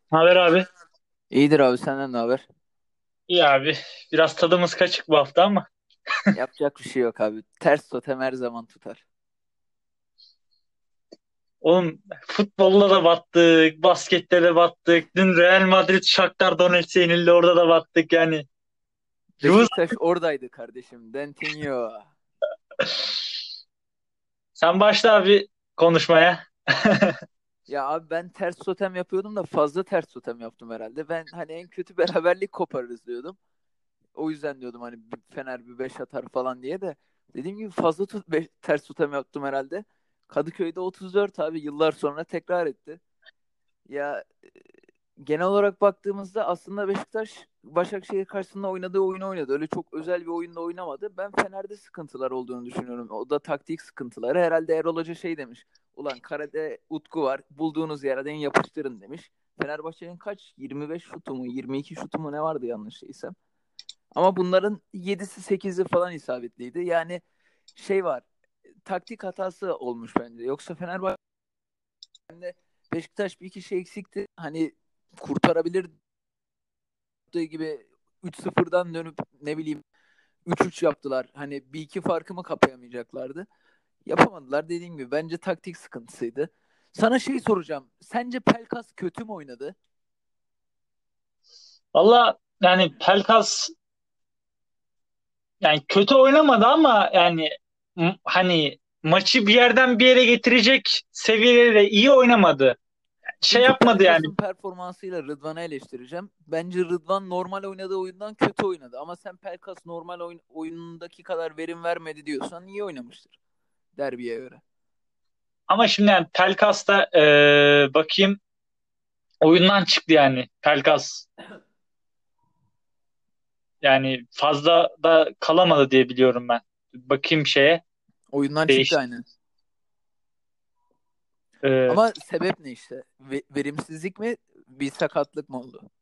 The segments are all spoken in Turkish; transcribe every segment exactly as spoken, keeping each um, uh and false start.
Ne haber abi? İyidir abi, senden ne haber? İyi abi. Biraz tadımız kaçık bu hafta ama. Yapacak bir şey yok abi. Ters totem her zaman tutar. Oğlum futbolla da battık, baskette de battık. Dün Real Madrid Shakhtar Donetsk'e yenildi, orada da battık yani. Yavuz, Beşiktaş oradaydı kardeşim. Dentinho. sen başla abi konuşmaya. Ya abi, ben ters totem yapıyordum da fazla ters totem yaptım herhalde. Ben hani en kötü beraberlik koparırız diyordum. O yüzden diyordum hani Fener bir beş atar falan diye de. Dediğim gibi fazla tut be- ters totem yaptım herhalde. Kadıköy'de otuz dört abi, yıllar sonra tekrar etti. Ya, genel olarak baktığımızda aslında Beşiktaş Başakşehir karşısında oynadığı oyunu oynadı. Öyle çok özel bir oyunda oynamadı. Ben Fener'de sıkıntılar olduğunu düşünüyorum. O da taktik sıkıntıları. Herhalde Erol Hoca şey demiş. Ulan karede Utku var. Bulduğunuz yerden yapıştırın demiş. Fenerbahçe'nin kaç? yirmi beş şutu mu? yirmi iki şutu mu ne vardı yanlış değilsem. Ama bunların yedisi sekizi falan isabetliydi. Yani şey var. Taktik hatası olmuş bence. Yoksa Fenerbahçe'de Beşiktaş bir iki şey eksikti. Hani kurtarabilir gibi üç sıfırdan dönüp ne bileyim üç üç yaptılar. Hani bir iki farkımı kapayamayacaklardı. Yapamadılar dediğim gibi. Bence taktik sıkıntısıydı. Sana şey soracağım. Sence Pelkas kötü mü oynadı? Valla yani Pelkas yani kötü oynamadı ama yani m- hani maçı bir yerden bir yere getirecek seviyede iyi oynamadı. Şey Önce yapmadı yani. Pelkas'ın performansıyla Rıdvan'ı eleştireceğim. Bence Rıdvan normal oynadığı oyundan kötü oynadı. Ama sen Pelkas normal oyun, oyunundaki kadar verim vermedi diyorsan iyi oynamıştır derbiye göre. Ama şimdi yani Pelkas'ta eee, bakayım, oyundan çıktı yani Pelkas. Yani fazla da kalamadı diye biliyorum ben. Bakayım şeye. Oyundan çıktı Değişti. aynen. Ee, Ama sebep ne işte? Ve- verimsizlik mi? Bir sakatlık mı oldu?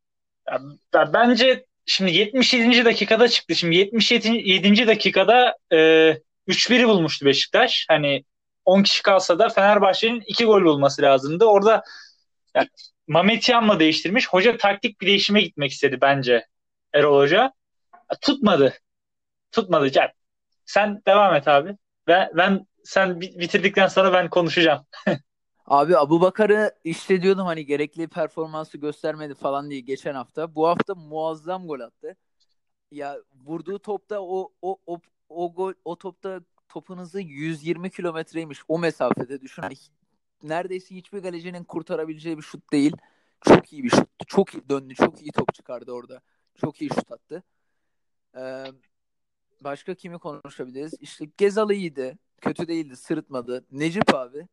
ya bence şimdi yetmiş yedinci dakikada çıktı. Şimdi yetmiş yedinci dakikada e, üç biri bulmuştu Beşiktaş. Hani on kişi kalsa da Fenerbahçe'nin iki gol bulması lazımdı. Orada yani Mametyan'la değiştirmiş. Hoca taktik bir değişime gitmek istedi bence, Erol Hoca. Ya tutmadı. Tutmadı. Ya, sen devam et abi. Ve ben sen bi- bitirdikten sonra ben konuşacağım. Abi Abubakar'ı işte diyordum hani gerekli performansı göstermedi falan diye geçen hafta. Bu hafta muazzam gol attı. Ya vurduğu topta o o o o gol o topta topun hızı yüz yirmi kilometreymiş o mesafede düşün. Hani neredeyse hiçbir kalecinin kurtarabileceği bir şut değil. Çok iyi bir şuttu. Çok iyi döndü. Çok iyi top çıkardı orada. Çok iyi şut attı. Ee, Başka kimi konuşabiliriz? İşte Gezal iyiydi. Kötü değildi. Sırıtmadı. Necip abi.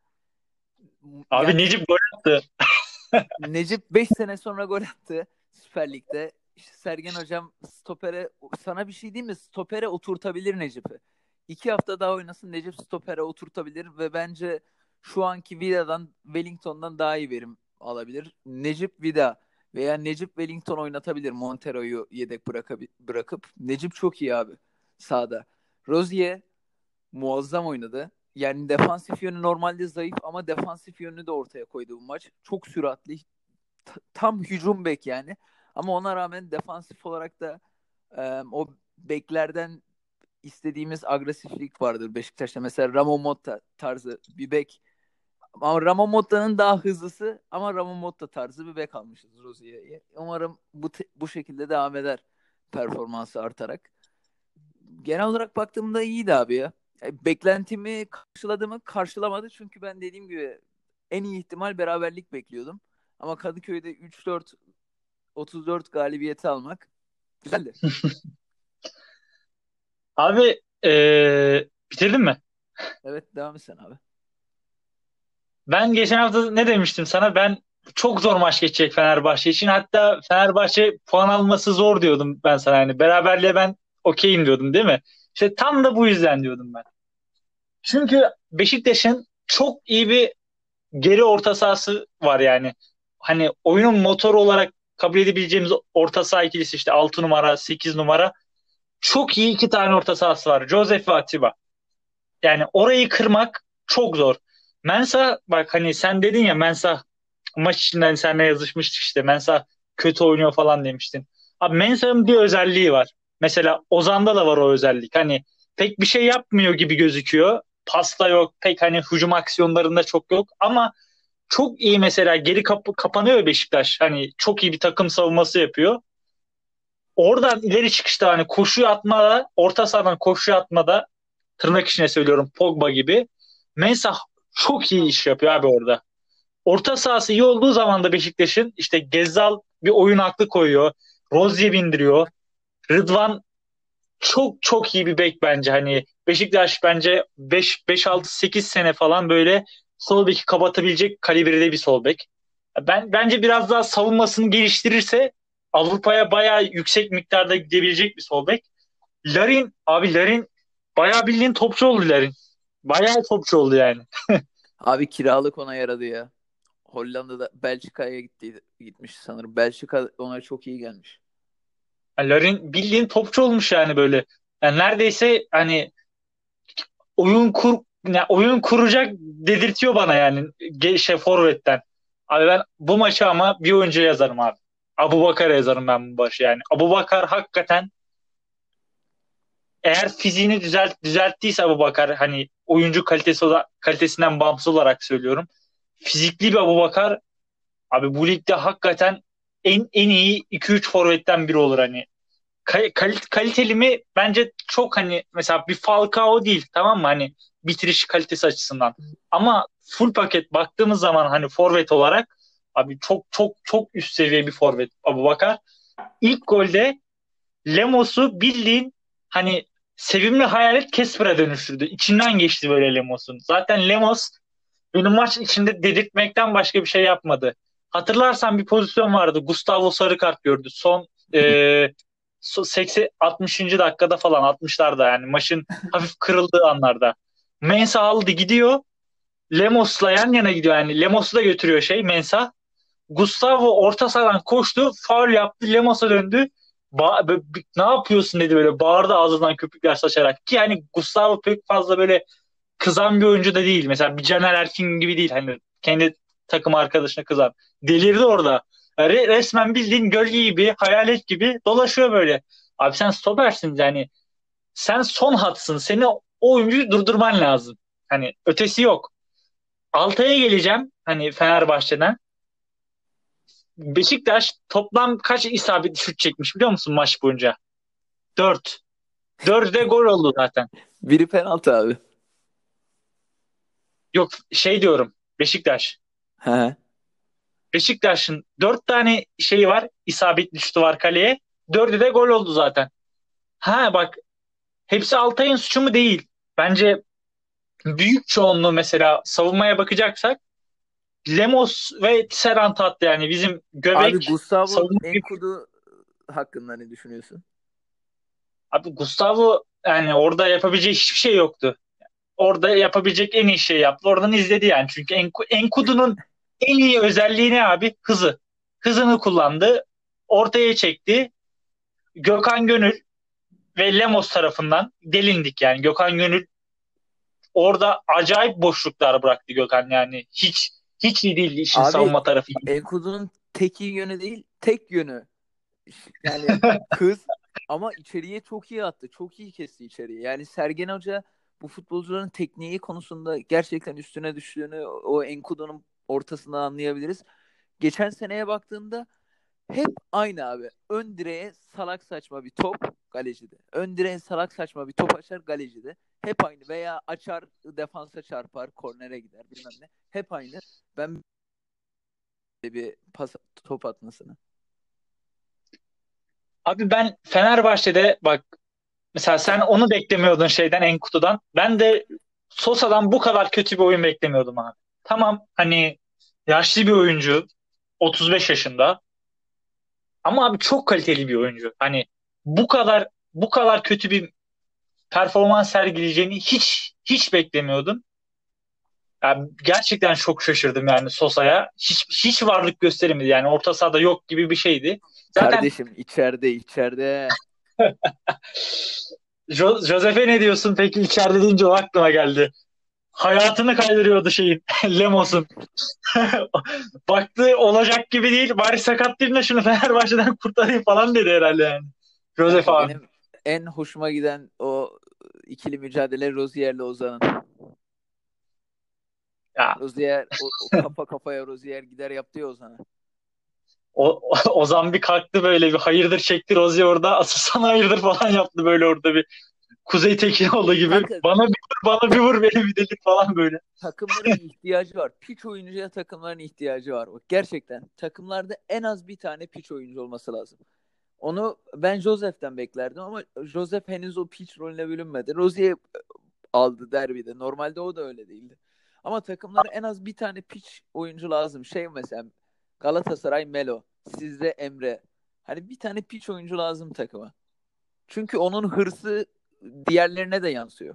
Abi Yani Necip gol attı. Necip beş sene sonra gol attı Süper Lig'de. İşte Sergen Hocam stopere sana bir şey diyeyim mi? Stopere oturtabilir Necip'i. İki hafta daha oynasın Necip stopere oturtabilir ve bence şu anki Vida'dan Wellington'dan daha iyi verim alabilir. Necip Vida veya Necip Wellington oynatabilir Montero'yu yedek bırakabi- bırakıp. Necip çok iyi abi sağda. Rozier muazzam oynadı. Yani defansif yönü normalde zayıf ama defansif yönünü de ortaya koydu bu maç. Çok süratli, tam hücum bek yani. Ama ona rağmen defansif olarak da e, o beklerden istediğimiz agresiflik vardır Beşiktaş'ta. Mesela Ramon Motta tarzı bir bek. Ama Ramon Motta'nın daha hızlısı ama Ramon Motta tarzı bir bek almışız Rozier'e. Umarım bu te- bu şekilde devam eder performansı artarak. Genel olarak baktığımda iyiydi abi ya. E, Beklentimi karşıladı mı? Karşılamadı. Çünkü ben dediğim gibi en iyi ihtimal beraberlik bekliyordum. Ama Kadıköy'de üç dört otuz dört galibiyeti almak güzeldi. Abi e, bitirdin mi? Evet, devam etsen abi. Ben geçen hafta ne demiştim sana? Ben çok zor maç geçecek Fenerbahçe için. Hatta Fenerbahçe puan alması zor diyordum ben sana. Yani beraberliğe ben okeyim diyordum, değil mi? İşte tam da bu yüzden diyordum ben. Çünkü Beşiktaş'ın çok iyi bir geri orta sahası var yani. Hani oyunun motoru olarak kabul edebileceğimiz orta saha ikilisi, işte altı numara, sekiz numara. Çok iyi iki tane orta sahası var. Joseph ve Atiba. Yani orayı kırmak çok zor. Mensah, bak hani sen dedin ya, Mensah maç içinden seninle yazışmıştık işte. Mensah kötü oynuyor falan demiştin. Abi Mensah'ın bir özelliği var. Mesela Ozan'da da var o özellik. Hani pek bir şey yapmıyor gibi gözüküyor. Pasta yok. Pek hani hücum aksiyonlarında çok yok. Ama çok iyi mesela geri kapı kapanıyor Beşiktaş. Hani çok iyi bir takım savunması yapıyor. Oradan ileri çıkışta hani koşu atmada, orta sahadan koşu atmada tırnak içine söylüyorum Pogba gibi. Mensah çok iyi iş yapıyor abi orada. Orta sahası iyi olduğu zaman da Beşiktaş'ın işte Gezzal bir oyun aklı koyuyor. Rozier bindiriyor. Rıdvan çok çok iyi bir bek bence. Hani Beşiktaş bence beş beş altı sekiz sene falan böyle sol beki kapatabilecek kalibrede bir sol bek. Ben bence biraz daha savunmasını geliştirirse Avrupa'ya bayağı yüksek miktarda gidebilecek bir sol bek. Larin abi Larin bayağı bildiğin topçu oldu Larin. Bayağı topçu oldu yani. Abi kiralık ona yaradı ya. Hollanda'da Belçika'ya gitti, gitmiş sanırım. Belçika ona çok iyi gelmiş. Yani Larin bildiğin topçu olmuş yani böyle. Yani neredeyse hani oyun kur yani oyun kuracak dedirtiyor bana yani Ge- şey forvetten. Abi ben bu maçı ama bir oyuncuya yazarım abi. Abubakar'a yazarım ben bu maçı yani. Abubakar hakikaten eğer fiziğini düzelt düzelttiyse Abubakar hani oyuncu kalitesi ola- kalitesinden bağımsız olarak söylüyorum. Fizikli bir Abubakar abi bu ligde hakikaten en en iyi iki üç forvetten biri olur hani. Kal- kaliteli mi? Bence çok hani mesela bir Falcao değil tamam mı? Hani bitiriş kalitesi açısından. Ama full paket baktığımız zaman hani forvet olarak abi çok çok çok üst seviye bir forvet Abubakar. İlk golde Lemos'u bildiğin hani sevimli hayalet Casper'a dönüştürdü. İçinden geçti böyle Lemos'un. Zaten Lemos benim maç içinde dedirtmekten başka bir şey yapmadı. Hatırlarsan bir pozisyon vardı. Gustavo sarı kart gördü. Son e, seksen altmışıncı dakikada falan altmışlarda yani maçın hafif kırıldığı anlarda. Mensah aldı gidiyor. Lemos'la yan yana gidiyor yani. Lemos'u da götürüyor şey Mensah. Gustavo orta sahadan koştu. Faul yaptı. Lemos'a döndü. Ba- b- b- ne yapıyorsun dedi böyle. Bağırdı ağzından köpükler saçarak. Ki hani Gustavo pek fazla böyle kızan bir oyuncu da değil. Mesela bir Caner Erkin gibi değil. Hani kendi takım arkadaşına kızan. Delirdi orada. Re- resmen bildiğin gölge gibi, hayalet gibi dolaşıyor böyle. Abi sen stopersin yani. Sen son hatsın. Seni o oyuncuyu durdurman lazım. Hani ötesi yok. Altay'a geleceğim. Hani Fenerbahçe'den. Beşiktaş toplam kaç isabetli şut çekmiş biliyor musun maç boyunca? Dört. Dördü de gol oldu zaten. Biri penaltı abi. Yok şey diyorum. Beşiktaş. He. He. Beşiktaş'ın dört tane şeyi var. İsabetli şutu var kaleye. Dördü de gol oldu zaten. Ha bak hepsi Altay'ın suçu mu değil. Bence büyük çoğunluğu mesela savunmaya bakacaksak Lemos ve Tisserand attı yani bizim Abi göbek Gustavo savunma. Enkudu hakkında ne düşünüyorsun? Abi Gustavo yani orada yapabileceği hiçbir şey yoktu. Orada yapabilecek en iyi şey yaptı. Oradan izledi yani. Çünkü Enku- Enkudu'nun en iyi özelliği ne abi? Hızı. Hızını kullandı. Ortaya çekti. Gökhan Gönül ve Lemos tarafından delindik yani. Gökhan Gönül orada acayip boşluklar bıraktı Gökhan yani. Hiç hiç iyi değildi işin Abi savunma tarafından. Enkudu'nun tek iyi yönü değil, tek yönü. Yani hız ama içeriye çok iyi attı. Çok iyi kesti içeriye. Yani Sergen Hoca bu futbolcuların tekniği konusunda gerçekten üstüne düştüğünü o Enkudu'nun ortasından anlayabiliriz. Geçen seneye baktığında hep aynı abi. Ön direğe salak saçma bir top galecide. Ön direğe salak saçma bir top açar galecide. Hep aynı veya açar defansa çarpar kornere gider bilmem ne. Hep aynı. Ben bir pas top atmasını. Abi ben Fenerbahçe'de bak mesela sen onu beklemiyordun şeyden Enkudu'dan. Ben de Sosa'dan bu kadar kötü bir oyun beklemiyordum abi. Tamam hani yaşlı bir oyuncu otuz beş yaşında ama abi çok kaliteli bir oyuncu. Hani bu kadar bu kadar kötü bir performans sergileyeceğini hiç hiç beklemiyordum. Yani gerçekten çok şaşırdım yani Sosa'ya. Hiç hiç varlık gösteremedi yani orta sahada yok gibi bir şeydi. Zaten Kardeşim içeride içeride. Jo Josef'e ne diyorsun peki içeride deyince o aklıma geldi. hayatını kaydırıyordu şeyin Lemos'un. Baktı olacak gibi değil. Bari sakatlayayım da şunu Fenerbahçe'den kurtarayım falan dedi herhalde yani. Josef Kanka abi. benim en hoşuma giden o ikili mücadele Rozier'le Ozan'ın. Ya Rozier o, o kafa kafaya Rozier gider yaptı ya Ozan'a. o, Ozan bir kalktı böyle bir hayırdır çekti Rozi orada. Asıl sana hayırdır falan yaptı böyle orada bir Kuzey Tekinoğlu gibi. Kanka Bana bir vur, bana bir vur beni bir delik falan böyle. takımların ihtiyacı var. Piç oyuncuya takımların ihtiyacı var. Bak, gerçekten takımlarda en az bir tane piç oyuncu olması lazım. Onu ben Josef'ten beklerdim ama Josef henüz o piç rolüne bürünmedi. Rozier aldı derbide. Normalde o da öyle değildi. Ama takımlara en az bir tane piç oyuncu lazım. Şey mesela Galatasaray Melo, sizde Emre. Hani bir tane piç oyuncu lazım takıma. Çünkü onun hırsı diğerlerine de yansıyor.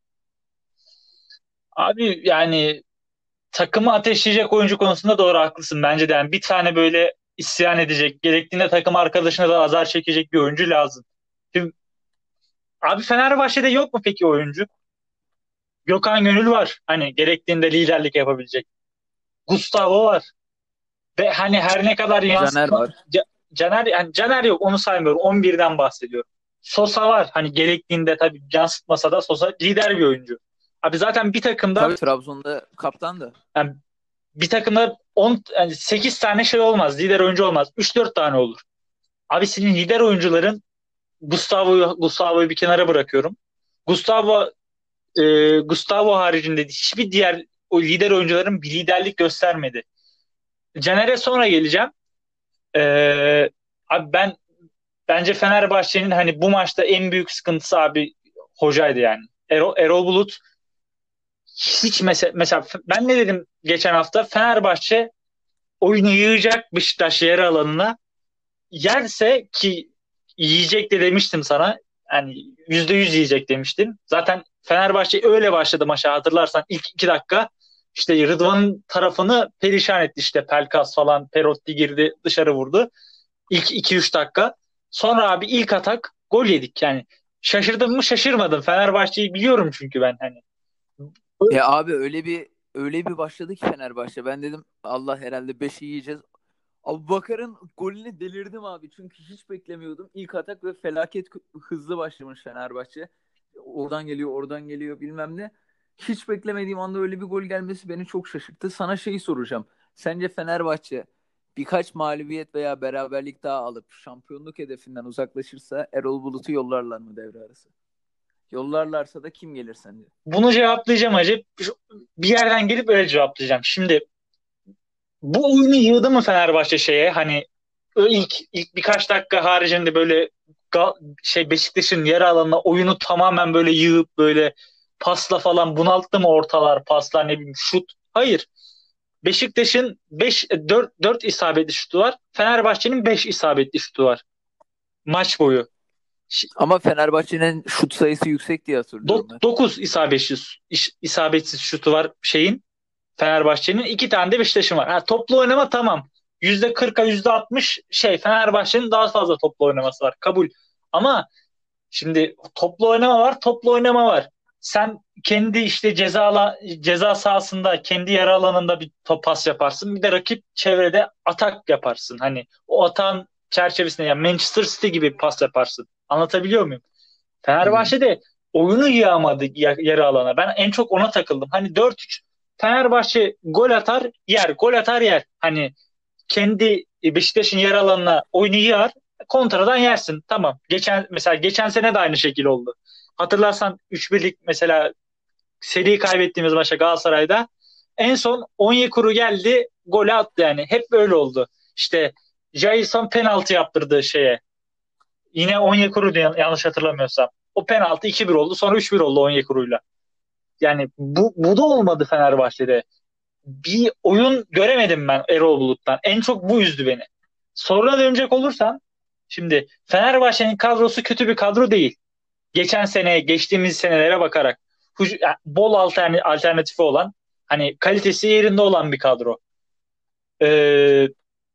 Abi yani takımı ateşleyecek oyuncu konusunda doğru haklısın bence de. Yani bir tane böyle isyan edecek, gerektiğinde takım arkadaşına da azar çekecek bir oyuncu lazım. Şimdi, abi Fenerbahçe'de yok mu peki oyuncu? Gökhan Gönül var. Hani gerektiğinde liderlik yapabilecek. Gustavo var. Ve hani her ne kadar Caner yansıtma var. Ca- Caner yani Caner yok onu saymıyorum. on birden bahsediyorum. Sosa var. Hani gerektiğinde tabii yansıtmasa da Sosa lider bir oyuncu. Abi zaten bir takımda Tabii Trabzon'da kaptandı. yani bir takımda on yani sekiz tane şey olmaz. Lider oyuncu olmaz. üç dört tane olur. Abi senin lider oyuncuların Gustavo'yu Gustavo'yu bir kenara bırakıyorum. Gustavo e, Gustavo haricinde hiçbir diğer o lider oyuncuların bir liderlik göstermedi. Caner'e sonra geleceğim. Ee, abi ben bence Fenerbahçe'nin hani bu maçta en büyük sıkıntısı abi hocaydı yani. Erol, Erol Bulut hiç mesela, mesela ben ne dedim geçen hafta Fenerbahçe oyunu yığacak Beşiktaş yarı alanına yerse ki yiyecek de demiştim sana. Yani yüzde yüz yiyecek demiştim. Zaten Fenerbahçe öyle başladı maça hatırlarsan ilk iki dakika işte Rıdvan'ın tarafını perişan etti işte Pelkas falan Perotti girdi dışarı vurdu. İlk iki üç dakika. Sonra abi ilk atak gol yedik yani. Şaşırdım mı şaşırmadım. Fenerbahçe'yi biliyorum çünkü ben hani. Ya abi öyle bir öyle bir başladı ki Fenerbahçe. Ben dedim Allah herhalde beşi yiyeceğiz. Abubakar'ın golünü delirdim abi. Çünkü hiç beklemiyordum. İlk atak ve felaket hızlı başlamış Fenerbahçe. Oradan geliyor, oradan geliyor bilmem ne. Hiç beklemediğim anda öyle bir gol gelmesi beni çok şaşırttı. Sana şeyi soracağım. Sence Fenerbahçe birkaç mağlubiyet veya beraberlik daha alıp şampiyonluk hedefinden uzaklaşırsa Erol Bulut'u yollarlar mı devre arası? Yollarlarsa da kim gelir sence? Bunu cevaplayacağım acı. Bir yerden gelip öyle cevaplayacağım. Şimdi bu oyunu yığdı mı Fenerbahçe şeye hani ilk ilk birkaç dakika haricinde böyle ga- şey Beşiktaş'ın yer alanına oyunu tamamen böyle yığıp böyle pasla falan bunalttı mı ortalar paslar ne bileyim şut. Hayır. Beşiktaş'ın beş dört dört isabetli şutu var. Fenerbahçe'nin beş isabetli şutu var maç boyu. Ama Fenerbahçe'nin şut sayısı yüksek diye hatırlıyorum ben. dokuz isabetsiz isabetsiz şutu var şeyin Fenerbahçe'nin iki tane de Beşiktaş'ın var. Ha, toplu oynama tamam. yüzde kırka yüzde altmış şey Fenerbahçe'nin daha fazla toplu oynaması var. Kabul. Ama şimdi toplu oynama var, toplu oynama var. Sen kendi işte ceza ala- ceza sahasında kendi yarı alanında bir top pas yaparsın. Bir de rakip çevrede atak yaparsın. Hani o atağın çerçevesinde yani Manchester City gibi pas yaparsın. Anlatabiliyor muyum? Hı hı. Fenerbahçe oyunu yığamadı ya- yarı alana. Ben en çok ona takıldım. Hani dört üç Fenerbahçe gol atar yer, gol atar yer. Hani kendi Beşiktaş'ın yer alanına oyunu yığar, kontradan yersin. Tamam. Geçen mesela geçen sene de aynı şekil oldu. Hatırlarsan üç birlik mesela seri kaybettiğimiz maçta Galatasaray'da en son Onyekuru geldi, golü attı yani. Hep böyle oldu. İşte Jailson penaltı yaptırdı şeye. Yine Onyekuru'ydu yanlış hatırlamıyorsam. O penaltı iki bir oldu. Sonra üç bir oldu Onyekuru'yla. Yani bu, bu da olmadı Fenerbahçe'de. Bir oyun göremedim ben Erol Bulut'tan. En çok bu üzdü beni. Soruna dönecek olursam şimdi Fenerbahçe'nin kadrosu kötü bir kadro değil. Geçen sene, geçtiğimiz senelere bakarak yani bol alternatif, alternatifi olan hani kalitesi yerinde olan bir kadro. Ee,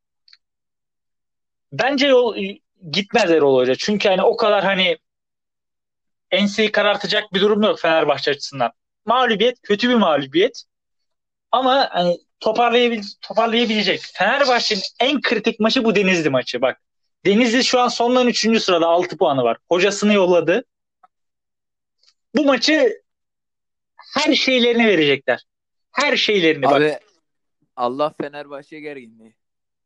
bence yol gitmez Erol Hoca. Çünkü hani o kadar hani enseyi karartacak bir durum yok Fenerbahçe açısından. mağlubiyet kötü bir mağlubiyet. Ama hani toparlayabil toparlayabilecek. Fenerbahçe'nin en kritik maçı bu Denizli maçı. Bak. Denizli şu an sondan üçüncü sırada altı puanı var. Hocasını yolladı. Bu maçı her şeylerini verecekler. Her şeylerini bak. Abi Allah Fenerbahçe gerginliği.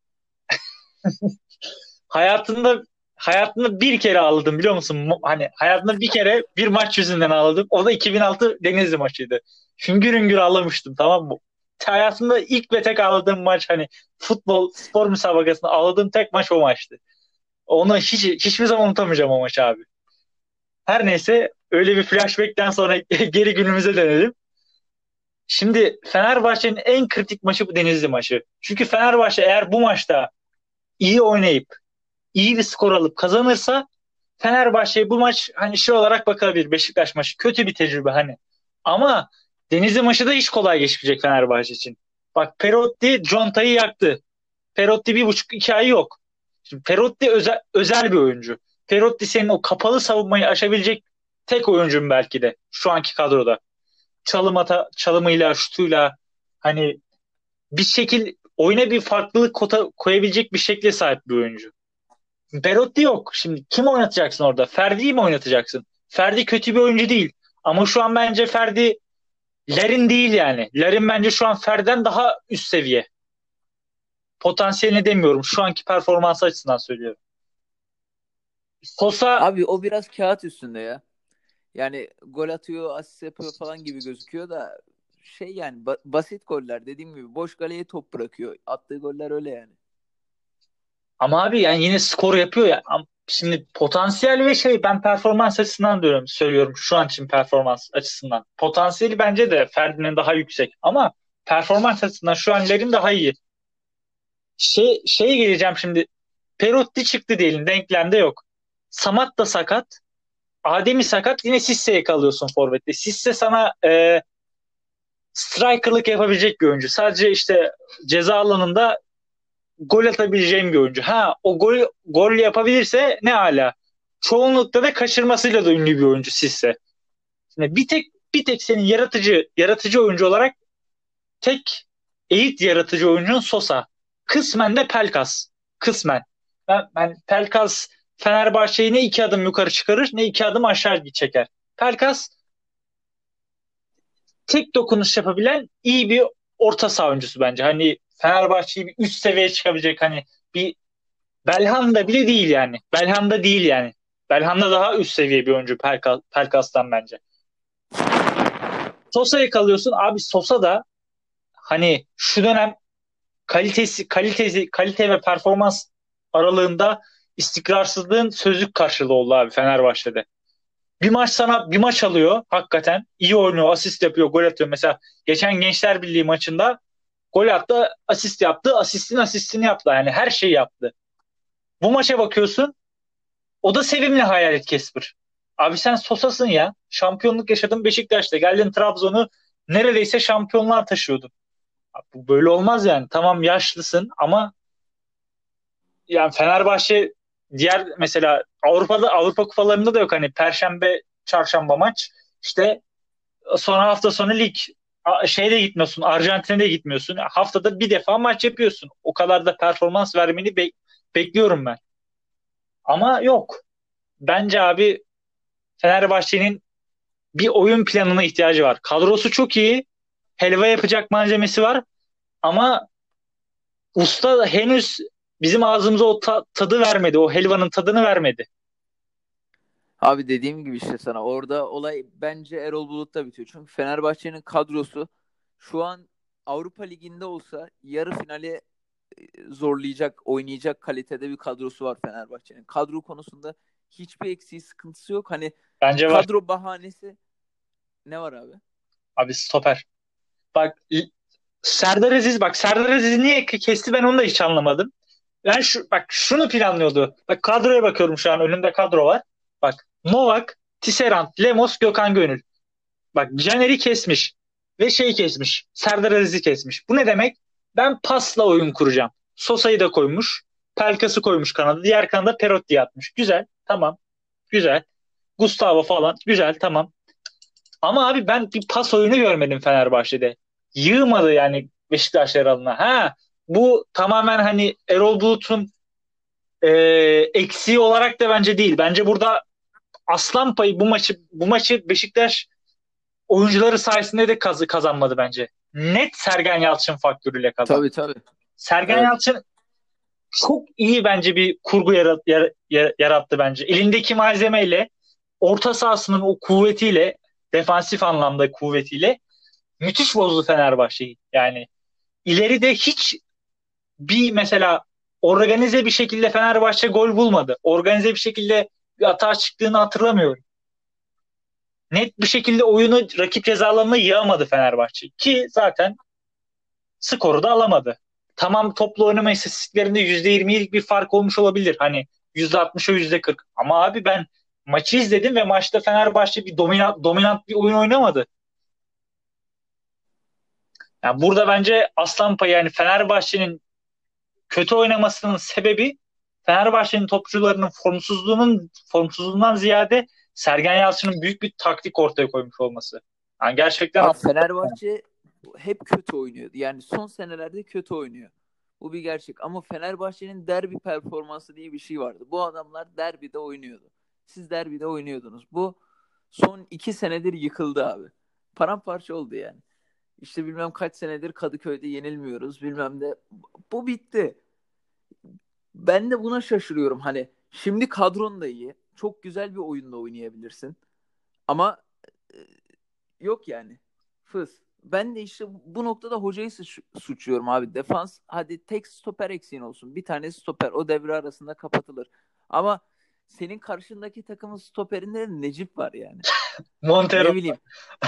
Hayatında hayatımda bir kere ağladım biliyor musun? Mo- Hani hayatımda bir kere bir maç yüzünden ağladım. O da iki bin altı Denizli maçıydı. Hüngür hüngür ağlamıştım, tamam mı? Hayatımda ilk ve tek ağladığım maç, hani futbol spor müsabakasında ağladığım tek maç o maçtı. Onu hiç hiçbir zaman unutamayacağım o maçı abi. Her neyse, öyle bir flashback'ten sonra geri günümüze dönelim. Şimdi Fenerbahçe'nin en kritik maçı bu Denizli maçı. Çünkü Fenerbahçe eğer bu maçta iyi oynayıp iyi bir skor alıp kazanırsa, Fenerbahçe bu maç hani şey olarak bakabilir. Beşiktaş maçı kötü bir tecrübe hani. Ama Denizli maçı da hiç kolay geçmeyecek Fenerbahçe için. Bak, Perotti Conta'yı yaktı. Perotti bir buçuk iki ay yok. Şimdi Perotti özel, özel bir oyuncu. Perotti senin o kapalı savunmayı aşabilecek tek oyuncun belki de şu anki kadroda. Çalım ata, çalımıyla, şutuyla, hani bir şekil oyuna bir farklılık kota, koyabilecek bir şekle sahip bir oyuncu. Belotti yok. Şimdi kim oynatacaksın orada? Ferdi'yi mi oynatacaksın? Ferdi kötü bir oyuncu değil. Ama şu an bence Ferdi Larin değil yani. Larin bence şu an Ferdi'den daha üst seviye. Potansiyelini demiyorum. Şu anki performansı açısından söylüyorum. Sosa, Abi o biraz kağıt üstünde ya. Yani gol atıyor, asist yapıyor falan gibi gözüküyor da şey yani ba- basit goller dediğim gibi boş kaleye top bırakıyor. Attığı goller öyle yani. ama abi yani yine skor yapıyor ya. Am- Şimdi potansiyel ve şey, ben performans açısından diyorum, söylüyorum şu an için performans açısından. Potansiyeli bence de Ferdi'nin daha yüksek ama performans açısından şu an Larin daha iyi. Şey, şeye geleceğim şimdi. Perotti çıktı diyelim. Denklemde yok. Samat da sakat. Ademi sakat. Yine Sisse'ye kalıyorsun forvette. Sisse sana e, striker'lık yapabilecek bir oyuncu. Sadece işte ceza alanında gol atabileceğim bir oyuncu. Ha, o gol gol yapabilirse ne ala. Çoğunlukla da kaçırmasıyla da ünlü bir oyuncu Sisse. Şimdi bir tek bir tek senin yaratıcı yaratıcı oyuncu olarak tek elit yaratıcı oyuncun Sosa. Kısmen de Pelkas. Kısmen. Ben, ben Pelkas Fenerbahçe'yi ne iki adım yukarı çıkarır ne iki adım aşağı çeker. Pelkas tek dokunuş yapabilen iyi bir orta saha oyuncusu bence. Hani Fenerbahçe'yi bir üst seviyeye çıkabilecek, hani bir Belhanda bile değil yani. Belhanda değil yani. Belhanda daha üst seviye bir oyuncu Pelkas, Pelkas'tan bence. Sosa'yı kalıyorsun. Abi Sosa da hani şu dönem kalitesi kalitesi kalite ve performans aralığında istikrarsızlığın sözlük karşılığı oldu abi Fenerbahçe'de. Bir maç sana bir maç alıyor hakikaten. İyi oynuyor, asist yapıyor, gol atıyor. Mesela geçen Gençler Birliği maçında gol attı, asist yaptı, asistin asistini yaptı. Yani her şeyi yaptı. Bu maça bakıyorsun, o da sevimli Hayalet Kesper. Abi sen Sosa'sın ya. Şampiyonluk yaşadın Beşiktaş'ta. Geldin Trabzon'u neredeyse şampiyonlar taşıyordun. Abi bu böyle olmaz yani. Tamam, yaşlısın ama yani Fenerbahçe diğer mesela Avrupa'da Avrupa kupalarında da yok, hani Perşembe Çarşamba maç, işte sonra hafta sonu lig. A- şeyde gitmiyorsun, Arjantin'e de gitmiyorsun, haftada bir defa maç yapıyorsun, o kadar da performans vermeni be- bekliyorum ben, ama yok. Bence abi Fenerbahçe'nin bir oyun planına ihtiyacı var. Kadrosu çok iyi, helva yapacak malzemesi var ama usta henüz bizim ağzımıza o ta- tadı vermedi, o helvanın tadını vermedi. Abi dediğim gibi işte sana orada olay bence Erol Bulut'ta bitiyor. Çünkü Fenerbahçe'nin kadrosu şu an Avrupa Ligi'nde olsa yarı finale e, zorlayacak, oynayacak kalitede bir kadrosu var Fenerbahçe'nin. Kadro konusunda hiçbir eksiği, sıkıntısı yok. Hani Bence var. kadro bahanesi ne var abi? Abi stoper. Bak, Serdar Aziz, bak Serdar Aziz niye kesti, ben onu da hiç anlamadım. Ben şu bak şunu planlıyordu. Bak kadroya bakıyorum, şu an önümde kadro var. Bak Novak, Tisserand, Lemos, Gökhan Gönül. Bak Caner'i kesmiş ve şeyi kesmiş. Serdar Aziz'i kesmiş. Bu ne demek? Ben pasla oyun kuracağım. Sosa'yı da koymuş. Pelkas'ı koymuş kanada. Diğer kanada Perotti atmış. Güzel. Tamam. Güzel. Gustavo falan. Güzel. Tamam. Ama abi ben bir pas oyunu görmedim Fenerbahçe'de. Yığmadı yani Beşiktaşlar adına. Ha, bu tamamen hani Erol Bulut'un e, eksiği olarak da bence değil. Bence burada aslan payı bu maçı bu maçı Beşiktaş oyuncuları sayesinde de kazı kazanmadı bence. Net Sergen Yalçın faktörüyle kazandı. Tabii tabii. Sergen Evet. Yalçın çok iyi bence bir kurgu yarat, yar- yar- yarattı bence. Elindeki malzemeyle, orta sahasının o kuvvetiyle, defansif anlamda kuvvetiyle müthiş bozdu Fenerbahçe'yi. Yani ileride hiç bir mesela organize bir şekilde Fenerbahçe gol bulmadı. Organize bir şekilde bir hata çıktığını hatırlamıyorum. Net bir şekilde oyunu rakip ceza alanına yığamadı Fenerbahçe. Ki zaten skoru da alamadı. Tamam, toplu oynama istatistiklerinde yüzde yirmilik bir fark olmuş olabilir. Hani yüzde altmışa yüzde kırk. Ama abi ben maçı izledim ve maçta Fenerbahçe bir dominant, dominant bir oyun oynamadı. Yani burada bence aslan payı, yani Fenerbahçe'nin kötü oynamasının sebebi Fenerbahçe'nin topçularının formsuzluğunun formsuzluğundan ziyade Sergen Yalçın'ın büyük bir taktik ortaya koymuş olması. Yani gerçekten Abi Fenerbahçe hep kötü oynuyordu. Yani son senelerde kötü oynuyor. Bu bir gerçek. Ama Fenerbahçe'nin derbi performansı diye bir şey vardı. Bu adamlar derbide oynuyordu. Siz derbide oynuyordunuz. Bu son iki senedir yıkıldı abi. Paramparça oldu yani. İşte bilmem kaç senedir Kadıköy'de yenilmiyoruz. Bilmem de. Bu bitti. Ben de buna şaşırıyorum. Hani şimdi kadron da iyi. Çok güzel bir oyunla oynayabilirsin. Ama e, yok yani. Fıs. Ben de işte bu noktada hocayı suç- suçluyorum abi. Defans, hadi tek stoper eksiğin olsun. Bir tane stoper o devre arasında kapatılır. Ama senin karşındaki takımın stoperinde Necip var yani. Montero. Ne bileyim.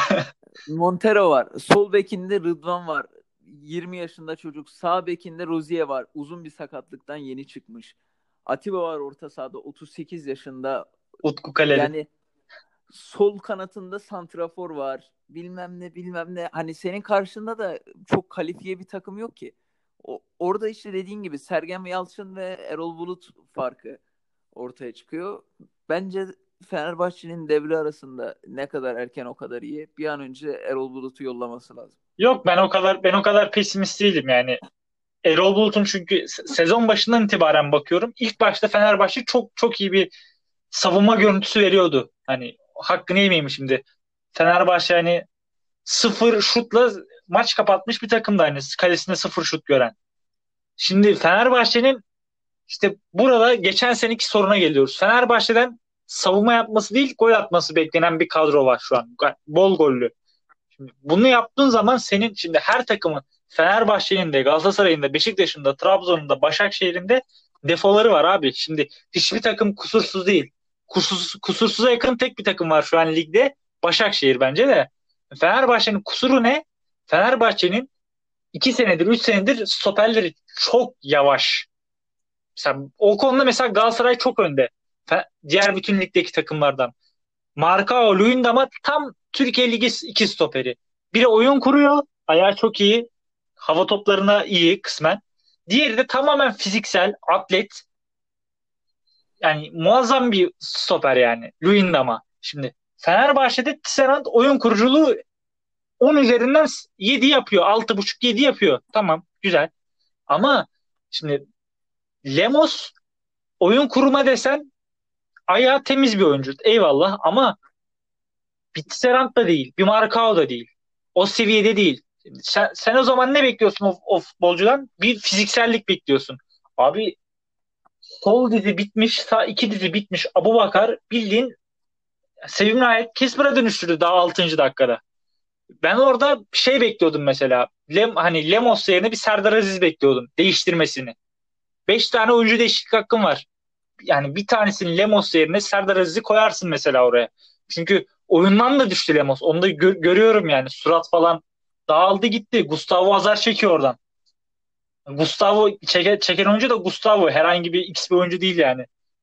Montero var. Sol bekinde Rıdvan var. yirmi yaşında çocuk. Sağ bekinde Rozier var. Uzun bir sakatlıktan yeni çıkmış. Atiba var orta sahada, otuz sekiz yaşında. Utku Kaleli. Yani sol kanatında santrafor var. Bilmem ne bilmem ne. Hani senin karşında da çok kalifiye bir takım yok ki. O, orada işte dediğin gibi Sergen Yalçın ve Erol Bulut farkı ortaya çıkıyor. Bence Fenerbahçe'nin devre arasında ne kadar erken o kadar iyi. Bir an önce Erol Bulut'u yollaması lazım. Yok, ben o kadar ben o kadar pesimist değilim yani. Erol Bulut'un, çünkü se- sezon başından itibaren bakıyorum. İlk başta Fenerbahçe çok çok iyi bir savunma görüntüsü veriyordu. Hani hakkını yemeyeyim şimdi. Fenerbahçe hani sıfır şutla maç kapatmış bir takımdı, hani kalesinde sıfır şut gören. Şimdi Fenerbahçe'nin işte burada geçen seneki soruna geliyoruz. Fenerbahçe'den savunma yapması değil, gol atması beklenen bir kadro var şu an. Bol gollü. Şimdi bunu yaptığın zaman senin şimdi her takımın, Fenerbahçe'nin de, Galatasaray'ın da, Beşiktaş'ın da, Trabzon'un da, Başakşehir'in de defoları var abi. Şimdi hiçbir takım kusursuz değil. Kusursuz, kusursuza yakın tek bir takım var şu an ligde. Başakşehir bence de. Fenerbahçe'nin kusuru ne? Fenerbahçe'nin iki senedir, üç senedir stoperleri çok yavaş. Mesela o konuda mesela Galatasaray çok önde. Fe- Diğer bütün ligdeki takımlardan. Marcao, Luyendama tam Türkiye Ligi iki stoperi. Biri oyun kuruyor, ayağı çok iyi, hava toplarına iyi kısmen. Diğeri de tamamen fiziksel, atlet. Yani muazzam bir stoper yani Luyendama. Şimdi Fenerbahçe'de Tisserand oyun kuruculuğu on üzerinden yedi yapıyor. altı buçuk yedi yapıyor. Tamam, güzel. Ama şimdi Lemos oyun kurma desen ayağı temiz bir oyuncu. Eyvallah, ama bir Tisserand da değil. Bir Marcao da değil. O seviyede değil. Sen, sen o zaman ne bekliyorsun o, o futbolcudan? Bir fiziksellik bekliyorsun. Abi sol dizi bitmiş, sağ iki dizi bitmiş. Abubakar bildiğin Sevimli Hayat Kesper'a dönüştürdü daha altıncı dakikada. Ben orada şey bekliyordum mesela. Lem, hani Lemos yerine bir Serdar Aziz bekliyordum değiştirmesini. Beş tane oyuncu değişiklik hakkım var. Yani bir tanesini Lemos yerine Serdar Aziz'i koyarsın mesela oraya. Çünkü oyundan da düştü Lemos. Onu da gö- görüyorum yani. Surat falan dağıldı gitti. Gustavo azar çekiyor oradan. Gustavo çeke, çeken oyuncu da Gustavo. Herhangi bir X bir oyuncu değil yani.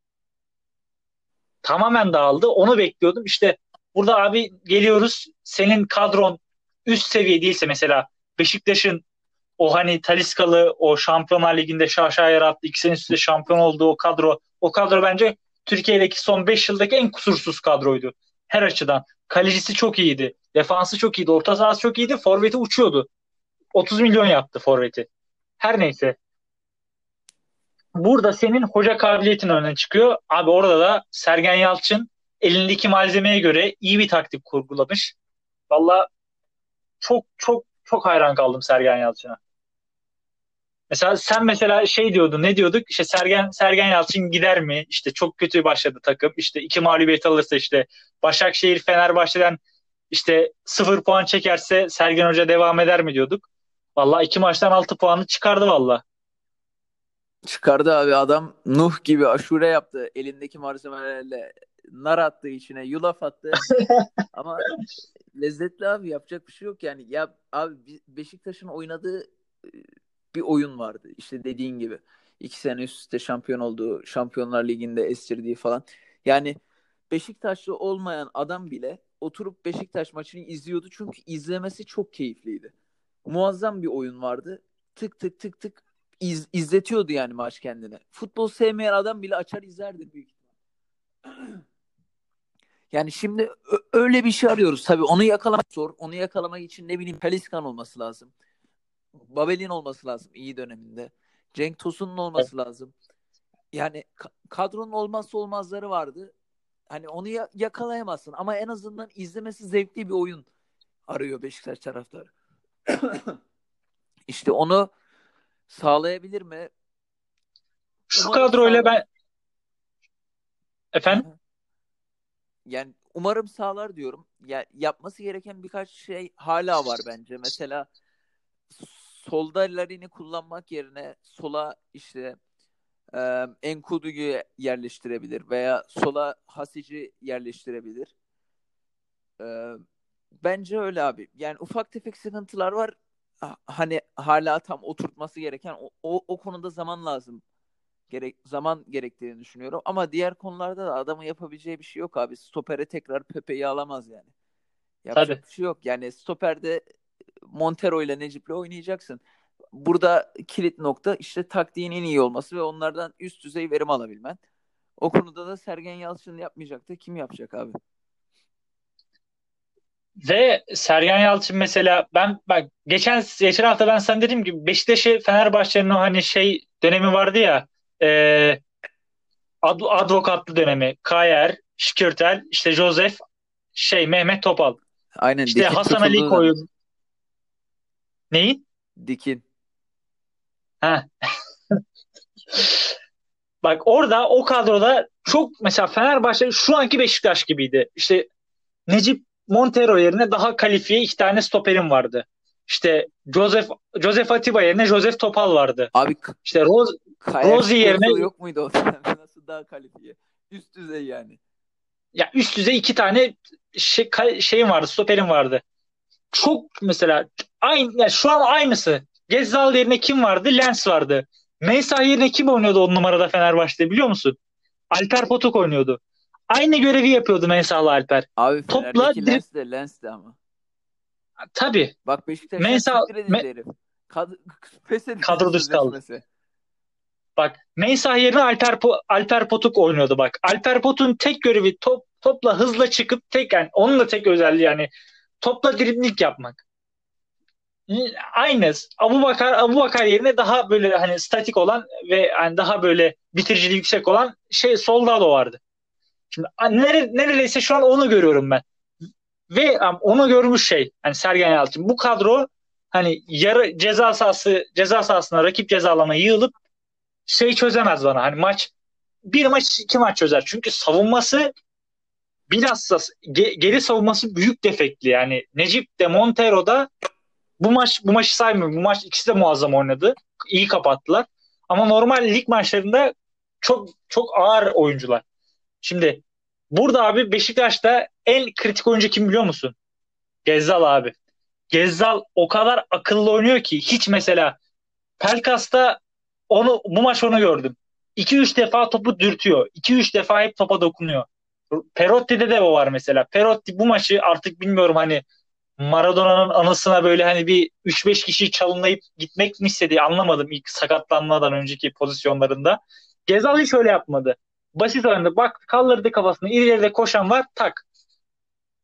Tamamen dağıldı. Onu bekliyordum. İşte burada abi geliyoruz. Senin kadron üst seviye değilse, mesela Beşiktaş'ın o hani Taliscalı, o Şampiyonlar Ligi'nde şaşa yarattı. İki sene üstte şampiyon olduğu o kadro. O kadro bence Türkiye'deki son beş yıldaki en kusursuz kadroydu. Her açıdan. Kalecisi çok iyiydi. Defansı çok iyiydi. Orta sahası çok iyiydi. Forveti uçuyordu. otuz milyon yaptı forveti. Her neyse. Burada senin hoca kabiliyetin öne çıkıyor. Abi orada da Sergen Yalçın elindeki malzemeye göre iyi bir taktik kurgulamış. Valla çok çok çok hayran kaldım Sergen Yalçın'a. Mesela sen mesela şey diyordun, ne diyorduk? İşte Sergen Sergen Yalçın gider mi? İşte çok kötü başladı takım. İşte iki mağlubiyet alırsa, işte Başakşehir Fenerbahçe'den işte sıfır puan çekerse Sergen Hoca devam eder mi diyorduk. Valla iki maçtan altı puanı çıkardı valla. Çıkardı abi, adam Nuh gibi aşure yaptı elindeki malzemelerle, nar attı içine, yulaf attı ama lezzetli abi, yapacak bir şey yok yani. Ya abi, Be- Beşiktaş'ın oynadığı e, bir oyun vardı işte, dediğin gibi iki sene üst üste şampiyon olduğu, Şampiyonlar Ligi'nde estirdiği falan. Yani Beşiktaşlı olmayan adam bile oturup Beşiktaş maçını izliyordu çünkü izlemesi çok keyifliydi. Muazzam bir oyun vardı. Tık tık tık tık iz, izletiyordu yani maç kendine. Futbol sevmeyen adam bile açar izlerdi büyük ihtimal. Yani şimdi ö- öyle bir şey arıyoruz. Tabii onu yakalamak zor. Onu yakalamak için ne bileyim Taliscan olması lazım. Babel'in olması lazım iyi döneminde. Cenk Tosun'un olması lazım. Yani ka- kadronun olmazsa olmazları vardı. Hani onu ya- yakalayamazsın ama en azından izlemesi zevkli bir oyun arıyor Beşiktaş taraftarı. İşte onu sağlayabilir mi? Şu Umarım kadroyla sağlar. ben, efendim, Yani umarım sağlar diyorum. Ya yapması gereken birkaç şey hala var bence. Mesela solda Larin'i kullanmak yerine sola işte e, Enkudu'yu yerleştirebilir veya sola Hasic'i yerleştirebilir. E, Bence öyle abi. Yani ufak tefek sıkıntılar var. Ha- Hani hala tam oturtması gereken, o, o, o konuda zaman lazım. Gerek, zaman gerektiğini düşünüyorum. Ama diğer konularda da adamın yapabileceği bir şey yok abi. Stopere tekrar Pepe'yi alamaz yani. tabii. Yapacak bir şey yok. Yani stoperde Montero ile Necip'le oynayacaksın. Burada kilit nokta işte taktiğin en iyi olması ve onlardan üst düzey verim alabilmen. O konuda da Sergen Yalçın yapmayacak da kim yapacak abi? Ve Sergen Yalçın mesela, ben bak geçen geçen hafta ben sana dedim ki Beşiktaş'ı Fenerbahçe'nin o hani şey dönemi vardı ya, e, ad, advokatlı dönemi. Kayer, Şikirtel, işte Josef, şey Mehmet Topal. Aynen, İşte Dikin Hasan Ali tutulduğu dönem. koyun. Neyi? Dikin. Ha. Bak orada o kadroda çok mesela Fenerbahçe şu anki Beşiktaş gibiydi. İşte Necip Montero yerine daha kalifiye iki tane stoperim vardı. İşte Joseph Joseph Atiba yerine Joseph Topal vardı. Abi K- İşte Rose, Kayer Rosie yerine, Şikertel yok muydu o dönemde? Nasıl daha kalifiye? Üst düzey yani. ya üst düzey iki tane şey, şeyim vardı, stoperim vardı. Çok mesela aynı, ya şu an aynısı. Gezzal yerine kim vardı? Lens vardı. Mensah yerine kim oynuyordu on numarada Fenerbahçe'de biliyor musun? Alper Potuk oynuyordu. Aynı görevi yapıyordu Mensah'la Alper. Abi Topla Fener'deki direkt, Lens de Lens de ama. tabii Bak Beşiktaş'tan Mensah siktir me, edildi herif. Kad Feshedildi kadro dışı kaldı. sözleşmesi. Bak Mensah yerine Alper, Po- Alper Potuk oynuyordu bak. Alper Potuk'un tek görevi top, topla hızla çıkıp tek, yani onun da tek özelliği yani topla dribling yapmak. Aynı. Abu Bakar, Abu Bakar yerine daha böyle hani statik olan ve hani daha böyle bitiriciliği yüksek olan şey Soldado vardı. Şimdi nere, neredeyse şu an onu görüyorum ben. Ve um, onu görmüş şey hani Sergen Yalçın. Bu kadro hani yarı ceza sahası ceza sahasına rakip ceza alanına yığılıp şey çözemez bana. Hani maç bir maç iki maç çözer. Çünkü savunması bilhassa ge- geri savunması büyük defekli. Yani Necip de Montero da bu maç bu maçı saymıyorum. Bu maç ikisi de muazzam oynadı. İyi kapattılar. Ama normal lig maçlarında çok çok ağır oyuncular. Şimdi burada abi Beşiktaş'ta en kritik oyuncu kim biliyor musun? Gezzal abi. Gezzal o kadar akıllı oynuyor ki hiç mesela Pelkas'ta onu bu maç onu gördüm. iki üç defa topu dürtüyor. iki üç defa hep topa dokunuyor. Perotti'de de o var mesela. Perotti bu maçı artık bilmiyorum hani Maradona'nın anısına böyle hani bir üç beş kişiyi çalınlayıp gitmek mi istediği anlamadım ilk sakatlanmadan önceki pozisyonlarında. Gezal hiç öyle yapmadı. Basit oynadı. Bak kaldırdı kafasını. İleride koşan var tak.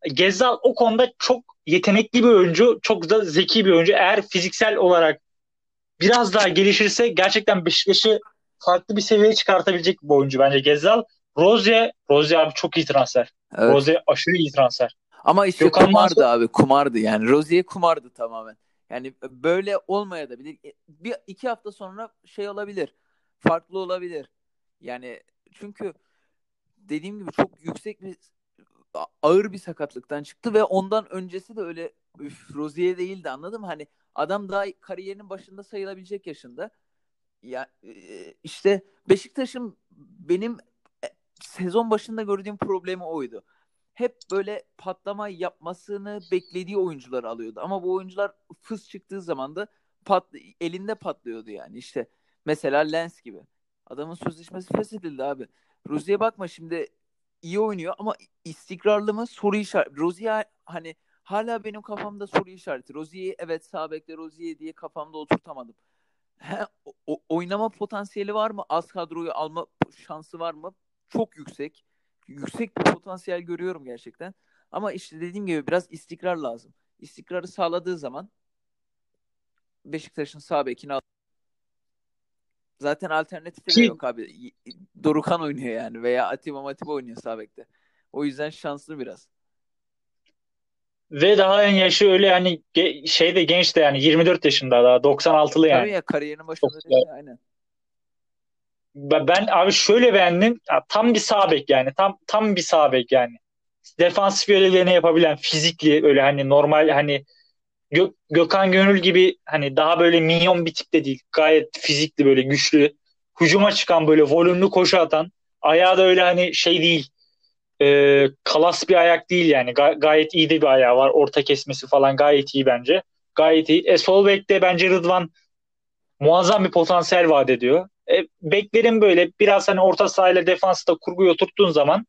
Gezzal o konuda çok yetenekli bir oyuncu, çok da zeki bir oyuncu. Eğer fiziksel olarak biraz daha gelişirse gerçekten Beşiktaş'ı farklı bir seviyeye çıkartabilecek bir oyuncu bence Gezzal. Rozier, Rozier abi çok iyi transfer. Evet. Rozier aşırı iyi transfer. Ama işte Gökhan'dan kumardı sonra abi, kumardı yani. Rozier kumardı tamamen. Yani böyle olmaya da bilir. E, Bir iki hafta sonra şey olabilir. Farklı olabilir. Yani çünkü dediğim gibi çok yüksek bir ağır bir sakatlıktan çıktı ve ondan öncesi de öyle üf, Rozier değildi, anladın mı? Hani adam daha kariyerinin başında sayılabilecek yaşında. Ya e, işte Beşiktaş'ın benim e, sezon başında gördüğüm problemi oydu. Hep böyle patlama yapmasını beklediği oyuncuları alıyordu. Ama bu oyuncular fıs çıktığı zaman da pat, elinde patlıyordu yani. İşte mesela Lens gibi. Adamın sözleşmesi feshedildi abi. Rozier'e bakma şimdi, iyi oynuyor ama istikrarlı mı? Soru işareti. Rozier hani hala benim kafamda soru işareti. Rozier, evet, sağ bekle Rozier diye kafamda oturtamadım. He, o- oynama potansiyeli var mı? Az kadroyu alma şansı var mı? Çok yüksek. Yüksek bir potansiyel görüyorum gerçekten. Ama işte dediğim gibi biraz istikrar lazım. İstikrarı sağladığı zaman Beşiktaş'ın sağ bekini al. Zaten alternatifi de ki yok abi. Dorukhan oynuyor yani veya Atiba Matiba oynuyor sağ bekte. O yüzden şanslı biraz. ve daha en yaşı öyle hani ge- şey de genç de yani yirmi dört yaşında daha doksan altılı Tabii yani. ya, kariyerinin Çok başında değil güzel. mi? Aynen. Ben ben abi şöyle beğendim. Ya, tam bir sağ bek yani. Tam tam bir sağ bek yani. Defansif görevlerini yapabilen fizikli öyle hani normal hani Gö- Gökhan Gönül gibi hani daha böyle minyon bir tip de değil. Gayet fizikli böyle güçlü. Hücuma çıkan böyle volümlü koşu atan. Ayağı da öyle hani şey değil. E, kalas bir ayak değil yani. Ga- gayet iyi de bir ayağı var. Orta kesmesi falan gayet iyi bence. Gayet iyi. E, sol bekte bence Rıdvan muazzam bir potansiyel vaat ediyor. E, beklerin böyle biraz hani orta sahayla defansta kurguyu oturttuğun zaman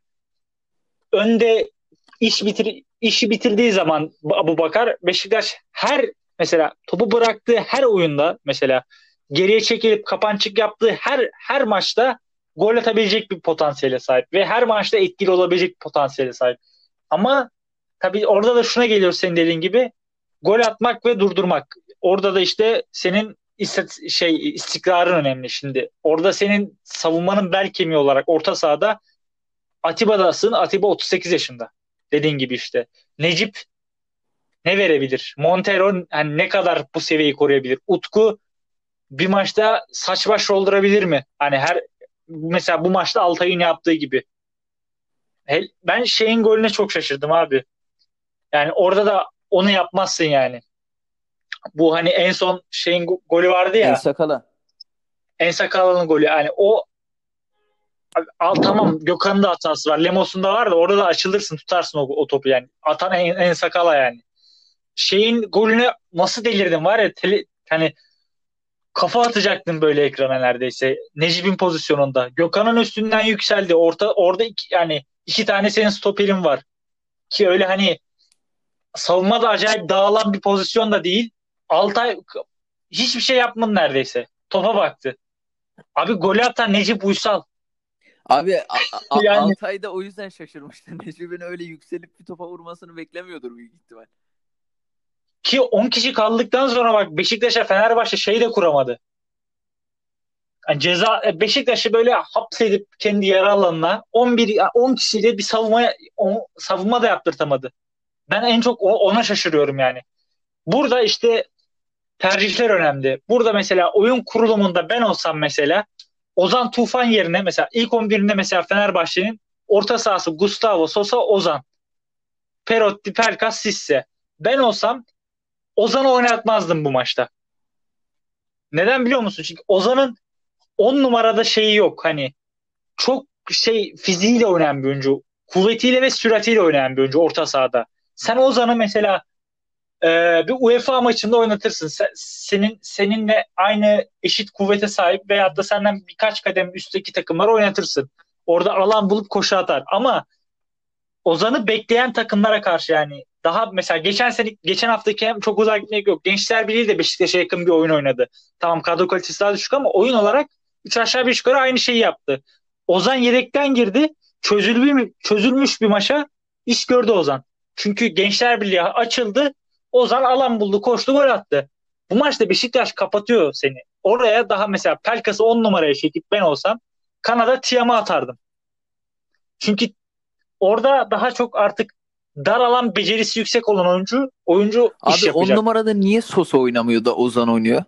önde iş bitir işi bitirdiği zaman Abu Bakar Beşiktaş her mesela topu bıraktığı her oyunda mesela geriye çekilip kapançık yaptığı her her maçta gol atabilecek bir potansiyele sahip ve her maçta etkili olabilecek bir potansiyele sahip. Ama tabii orada da şuna geliyor senin dediğin gibi gol atmak ve durdurmak. Orada da işte senin istat- şey istikrarın önemli şimdi. Orada senin savunmanın bel kemiği olarak orta sahada Atiba'dasın. Atiba otuz sekiz yaşında. Dediğin gibi işte. Necip ne verebilir? Montero hani ne kadar bu seviyeyi koruyabilir? Utku bir maçta saç baş oldurabilir mi? Hani her mesela bu maçta Altay'ın yaptığı gibi. Ben şeyin golüne çok şaşırdım abi. Yani orada da onu yapmazsın yani. Bu hani en son şeyin golü vardı En ya. Sakala. En Sakala'nın golü. Yani o al, tamam Gökhan'ın da hatası var. Lemos'un da var da orada da açılırsın tutarsın o, o topu yani. Atan en, en Sakala yani. Şeyin golüne nasıl delirdim var ya tele, hani kafa atacaktım böyle ekrana neredeyse. Necip'in pozisyonunda. Gökhan'ın üstünden yükseldi. Orta orada iki, yani iki tane senin stoperin var. Ki öyle hani savunma da acayip dağılan bir pozisyon da değil. Altay hiçbir şey yapmadı neredeyse. Topa baktı. Abi golü atan Necip Uysal. Abi A- A- Yani Altay'da o yüzden şaşırmıştı. Necip'in öyle yükselip bir topa vurmasını beklemiyordur büyük ihtimal. ki on kişi kaldıktan sonra bak Beşiktaş'a Fenerbahçe şey de kuramadı. Yani ceza e, Beşiktaş'ı böyle hapsedip kendi yarı alanına on bir on kişiyle bir savunma o, savunma da yaptırtamadı. Ben en çok o- ona şaşırıyorum yani. Burada işte tercihler önemli. Burada mesela oyun kurulumunda ben olsam mesela Ozan Tufan yerine mesela ilk on birinde mesela Fenerbahçe'nin orta sahası Gustavo, Sosa, Ozan, Perotti, Pelkas, Sisse. Ben olsam Ozan'ı oynatmazdım bu maçta. Neden biliyor musun? Çünkü Ozan'ın on numarada şeyi yok. Hani çok şey fiziğiyle oynayan bir oyuncu. Kuvvetiyle ve süratiyle oynayan bir oyuncu orta sahada. Sen Ozan'ı mesela e, bir UEFA maçında oynatırsın. Sen- senin seninle aynı eşit kuvvete sahip veyahut da senden birkaç kadem üstteki takımları oynatırsın. Orada alan bulup koşu atar. Ama Ozan'ı bekleyen takımlara karşı yani daha mesela geçen sene geçen haftaki hem çok uzak gitmek yok. Gençler Birliği de Beşiktaş'a yakın bir oyun oynadı. Tamam kadro kalitesi daha düşük ama oyun olarak üç aşağı beş yukarı aynı şeyi yaptı. Ozan yedekten girdi. Çözülmüş, çözülmüş bir maça iş gördü Ozan. Çünkü Gençler Birliği açıldı. Ozan alan buldu, koştu, gol attı. Bu maçta Beşiktaş kapatıyor seni. Oraya daha mesela Pelkas'ı on numaraya çekip ben olsam Kanada Tiam'ı atardım. Çünkü orada daha çok artık dar alan becerisi yüksek olan oyuncu oyuncu iş Abi on yapacak. numarada niye Sosa oynamıyor da Ozan oynuyor?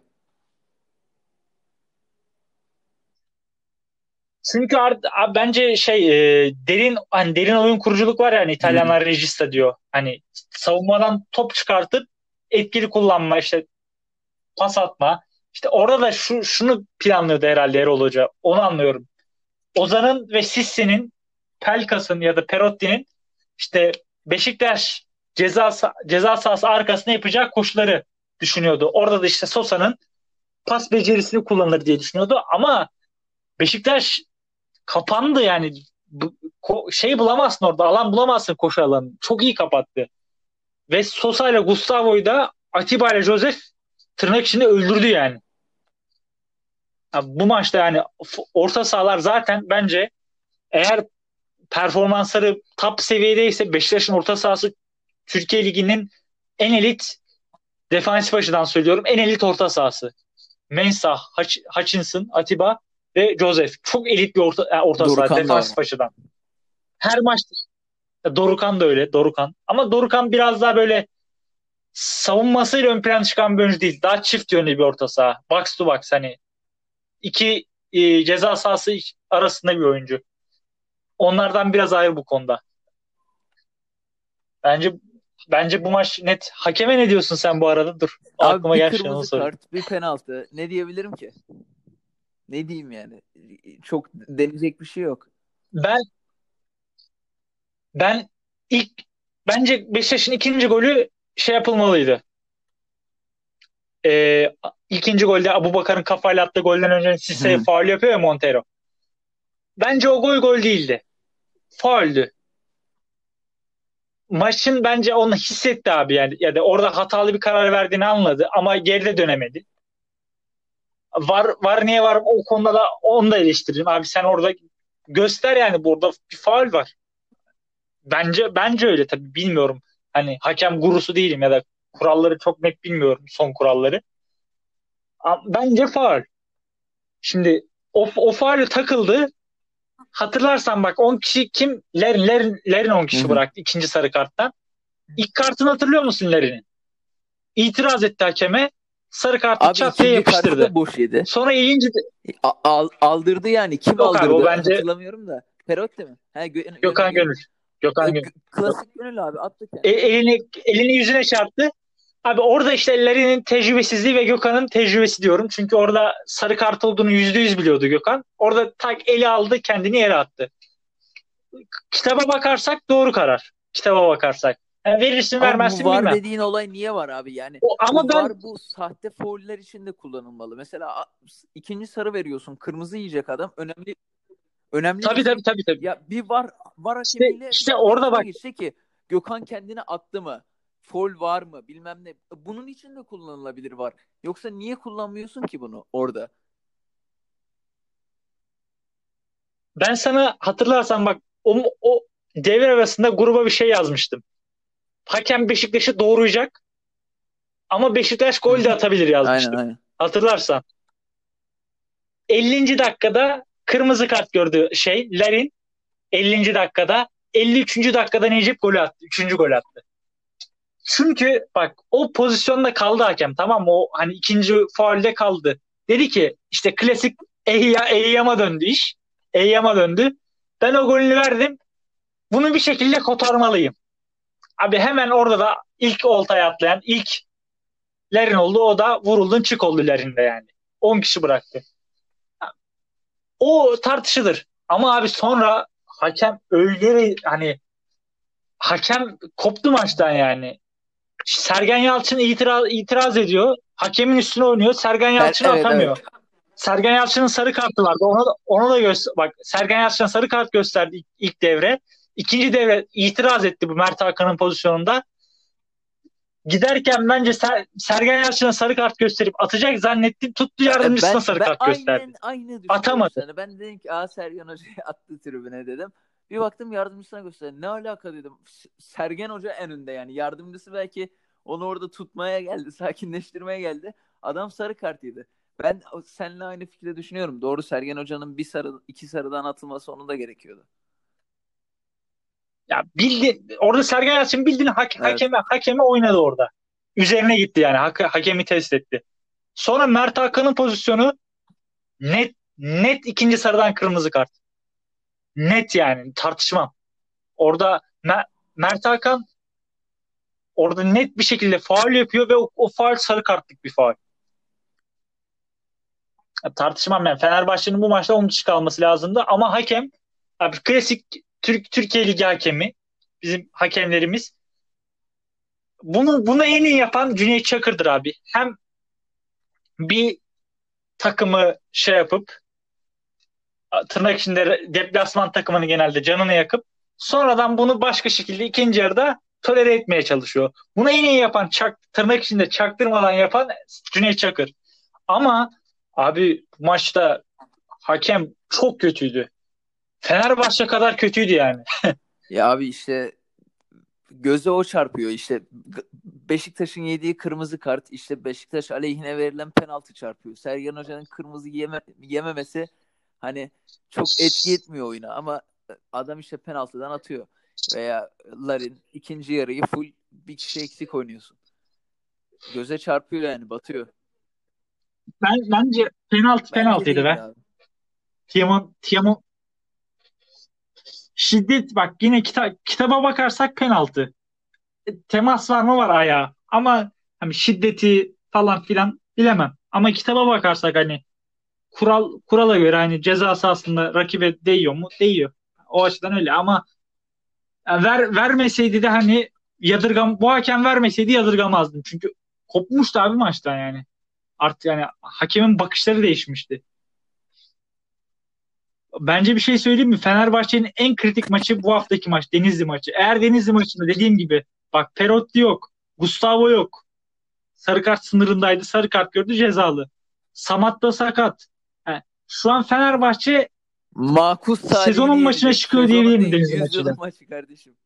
Çünkü art- a- bence şey e, derin hani derin oyun kuruculuk var ya hani Hı. İtalyanlar regista diyor. Hani savunmadan top çıkartıp etkili kullanma işte pas atma. İşte orada da şu şunu planlıyordu herhalde Erol Hoca. Onu anlıyorum. Ozan'ın ve Sisse'nin Pelkas'ın ya da Perotti'nin işte Beşiktaş ceza sa- ceza sahası arkasına yapacağı koşuları düşünüyordu. Orada da işte Sosa'nın pas becerisini kullanır diye düşünüyordu ama Beşiktaş kapandı yani. Bu, ko- şey bulamazsın orada, alan bulamazsın koşu alanı. Çok iyi kapattı. Ve Sosa ile Gustavo'yu da Atiba ile Josef tırnak içinde öldürdü yani. Ya bu maçta yani orta sahalar zaten bence eğer performansları top seviyedeyse Beşiktaş'ın orta sahası Türkiye Ligi'nin en elit defansif açıdan söylüyorum en elit orta sahası. Mensah, Hutch- Hutchinson, Atiba ve Joseph. Çok elit bir orta, yani orta saha Dorukhan da var. defansif açıdan. Her maç Dorukhan da öyle Dorukhan. Ama Dorukhan biraz daha böyle savunmasıyla ön plana çıkan bir oyuncu değil. Daha çift yönlü bir orta saha. Box to box hani iki e, ceza sahası arasında bir oyuncu. Onlardan biraz ayrı bu konuda. Bence bence bu maç net. Hakeme ne diyorsun sen bu arada? Dur. Abi Aklıma bir gelmişken onu kırmızı sorayım. kart, bir penaltı. Ne diyebilirim ki? Ne diyeyim yani? Çok deneyecek bir şey yok. Ben ben ilk bence Beşiktaş'ın ikinci golü şey yapılmalıydı. Ee, ikinci golde Abubakar'ın kafayla attığı golden önce Sisse'ye Hı. faul yapıyor ya Montero. Bence o gol gol değildi. Fauldü. Maçın bence onu hissetti abi yani. Ya da orada hatalı bir karar verdiğini anladı ama geride dönemedi. Var var niye var o konuda da onu da eleştiririm. Abi sen orada göster yani burada bir faul var. Bence bence öyle tabii bilmiyorum. Hani hakem gurusu değilim ya da kuralları çok net bilmiyorum son kuralları. Ama bence faul. Şimdi o, o faulü takıldı. Hatırlarsan bak on kişi kim? Lerin, Lerin, Lerin on Hı kişi hı. bıraktı ikinci sarı karttan. İlk kartını hatırlıyor musun Lerin'in? İtiraz etti hakeme. Sarı kartı Abi çat diye ikinci kartı yapıştırdı. da boş yedi. Sonra ikinci A- al- aldırdı yani. Kim yok abi o aldırdı? bence Hatırlamıyorum da. Perotti mi? He, Gö- Gönül Gökhan Gönül. Gönül. E, Gökhan Gönül. g- klasik Gönül abi attı E, kendini. elini, elini yüzüne çarptı. Abi orada işte Larin'in tecrübesizliği ve Gökhan'ın tecrübesi diyorum. Çünkü orada sarı kart olduğunu yüzde yüz biliyordu Gökhan. Orada tak eli aldı kendini yere attı. Kitaba bakarsak doğru karar. Kitaba bakarsak. Yani verirsin Ama bu vermezsin VAR bilmem. dediğin olay niye var abi? Yani O, ama bu ben VAR bu sahte fauller için de kullanılmalı. Mesela a- ikinci sarı veriyorsun. Kırmızı yiyecek adam. Önemli önemli bir tabii tabii şey. tabii tabii. Ya bir VAR VAR İşte, hakemiyle bir işte orada anlaşma bak geçti ki Gökhan kendini attı mı? Foul var mı? Bilmem ne. Bunun için de kullanılabilir VAR. Yoksa niye kullanmıyorsun ki bunu orada? ben sana hatırlarsan bak o, o devre arasında gruba bir şey yazmıştım. Hakem Beşiktaş'ı doğrayacak ama Beşiktaş Hı gol de hı. atabilir Aynen yazmıştım. aynen. Hatırlarsan. ellinci dakikada kırmızı kart gördü şey Larin. ellinci dakikada. elli üçüncü dakikada Necip gol attı. Üçüncü gol attı. Çünkü bak o pozisyonda kaldı hakem tamam mı? O hani ikinci faulde kaldı. Dedi ki işte klasik Ehya, Eyyam'a döndü iş. Eyyam'a döndü. Ben o golünü verdim. Bunu bir şekilde kotarmalıyım. Abi hemen orada da ilk oltaya atlayan ilk Lerin oldu. O da vuruldun çık oldu Lerin'de yani. on kişi bıraktı. O tartışılır. Ama abi sonra hakem öyle hani hakem koptu maçtan yani. Sergen Yalçın itiraz, itiraz ediyor. Hakemin üstüne oynuyor. Sergen Her, Yalçın'ı evet evet. atamıyor. Sergen Yalçın'ın sarı kartı vardı. Ona da, ona da göster bak Sergen Yalçın'a sarı kart gösterdi ilk, ilk devre. İkinci devre itiraz etti bu Mert Hakan'ın pozisyonunda. Giderken bence Ser, Sergen Yalçın'a sarı kart gösterip atacak zannettim. Tuttu E, yardımcısına Ben sarı ben kart gösterdi. aynen aynı düşünüyorum Atamadı. sana. Ben dedim ki Aa Sergen Hoca'yı attı tribüne dedim. Bir baktım yardımcısına gösterdi. Ne alaka dedim. Sergen Hoca en önde yani. Yardımcısı belki onu orada tutmaya geldi, sakinleştirmeye geldi. Adam sarı kart yedi. Ben seninle aynı fikirde düşünüyorum. Doğru, Sergen Hoca'nın bir sarı, iki sarıdan atılması onun da gerekiyordu. Ya bildi orada Sergen Yalçın bildiğin ha Evet. hakeme hakeme oynadı orada. Üzerine gitti yani ha hakemi test etti. Sonra Mert Hakan'ın pozisyonu net net ikinci sarıdan kırmızı kart. Net yani tartışmam. Orada Mer- Mert Hakan orada net bir şekilde faul yapıyor ve o, o faul sarı kartlık bir faul. Ya, tartışmam yani. Fenerbahçe'nin bu maçta on kişi kalması lazımdı ama hakem abi klasik Türk Türkiye Ligi hakemi bizim hakemlerimiz. Bunu bunu en iyi yapan Cüneyt Çakır'dır abi. Hem bir takımı şey yapıp tırnak içinde deplasman takımını genelde canını yakıp sonradan bunu başka şekilde ikinci yarıda tolere etmeye çalışıyor. Bunu en iyi yapan çak, tırnak içinde çaktırmadan yapan Cüneyt Çakır. Ama abi bu maçta hakem çok kötüydü. Fenerbahçe kadar kötüydü yani. Ya abi işte göze o çarpıyor. İşte Beşiktaş'ın yediği kırmızı kart, işte Beşiktaş aleyhine verilen penaltı çarpıyor. Sergen Hoca'nın kırmızı yeme, yememesi hani çok etki etmiyor oyuna ama adam işte penaltıdan atıyor. Veya Larin ikinci yarıyı full bir kişi eksik oynuyorsun. Göze çarpıyor yani, batıyor. Ben bence penaltı Bence penaltıydı değildi be. abi. Tiam'ın Tiam'ın şiddet bak yine kita kitaba bakarsak penaltı. Temas var mı var ayağa. Ama hani şiddeti falan filan bilemem. Ama kitaba bakarsak hani kural kurala göre hani ceza sahasında rakibe değiyor mu? Değiyor. O açıdan öyle ama yani ver vermeseydi de hani yadırgam bu hakem vermeseydi yadırgamazdım. Çünkü kopmuştu abi maçtan yani. Artık yani hakemin bakışları değişmişti. Bence bir şey söyleyeyim mi? Fenerbahçe'nin en kritik maçı bu haftaki maç. Denizli maçı. Eğer Denizli maçında dediğim gibi bak Perotti yok. Gustavo yok. Sarı kart sınırındaydı. Sarı kart gördü cezalı. Samat da sakat. He, şu an Fenerbahçe Makus sezonun tarihini maçına yenecek. çıkıyor diyebilir Sezonun mi değil, Denizli yüzyılın maçıyla? maçı kardeşim.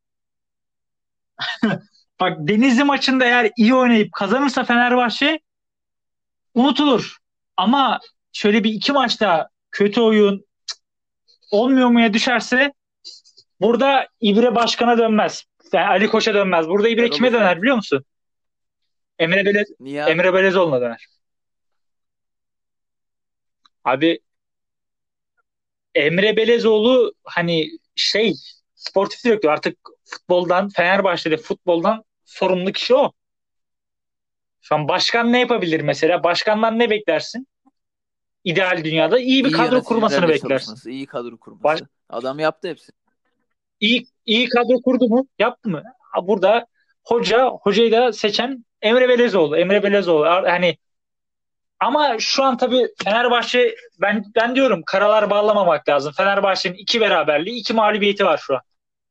Bak Denizli maçında eğer iyi oynayıp kazanırsa Fenerbahçe unutulur. Ama şöyle bir iki maçta kötü oyun olmuyor muya düşerse burada İbre Başkan'a dönmez. Yani Ali Koç'a dönmez. Burada İbre Erol kime Hoca'ya. döner biliyor musun? Emre Belez Niye abi? Emre Belezoğlu'na döner. Abi Emre Belezoğlu hani şey sportif direktör artık futboldan Fenerbahçe'de futboldan sorumlu kişi o. Şu an başkan ne yapabilir mesela? Başkandan ne beklersin? İdeal dünyada iyi bir İyi kadro kurmasını yöneticilerle beklersin. çalışması, iyi kadro Baş, kurması. Adam yaptı hepsini. iyi, iyi kadro kurdu mu? Yaptı mı? Ha, burada hoca hocayı da seçen Emre Belezoğlu. Emre Belezoğlu hani ama şu an tabii Fenerbahçe ben ben diyorum karalar bağlamamak lazım. Fenerbahçe'nin iki beraberliği, iki mağlubiyeti var şu an.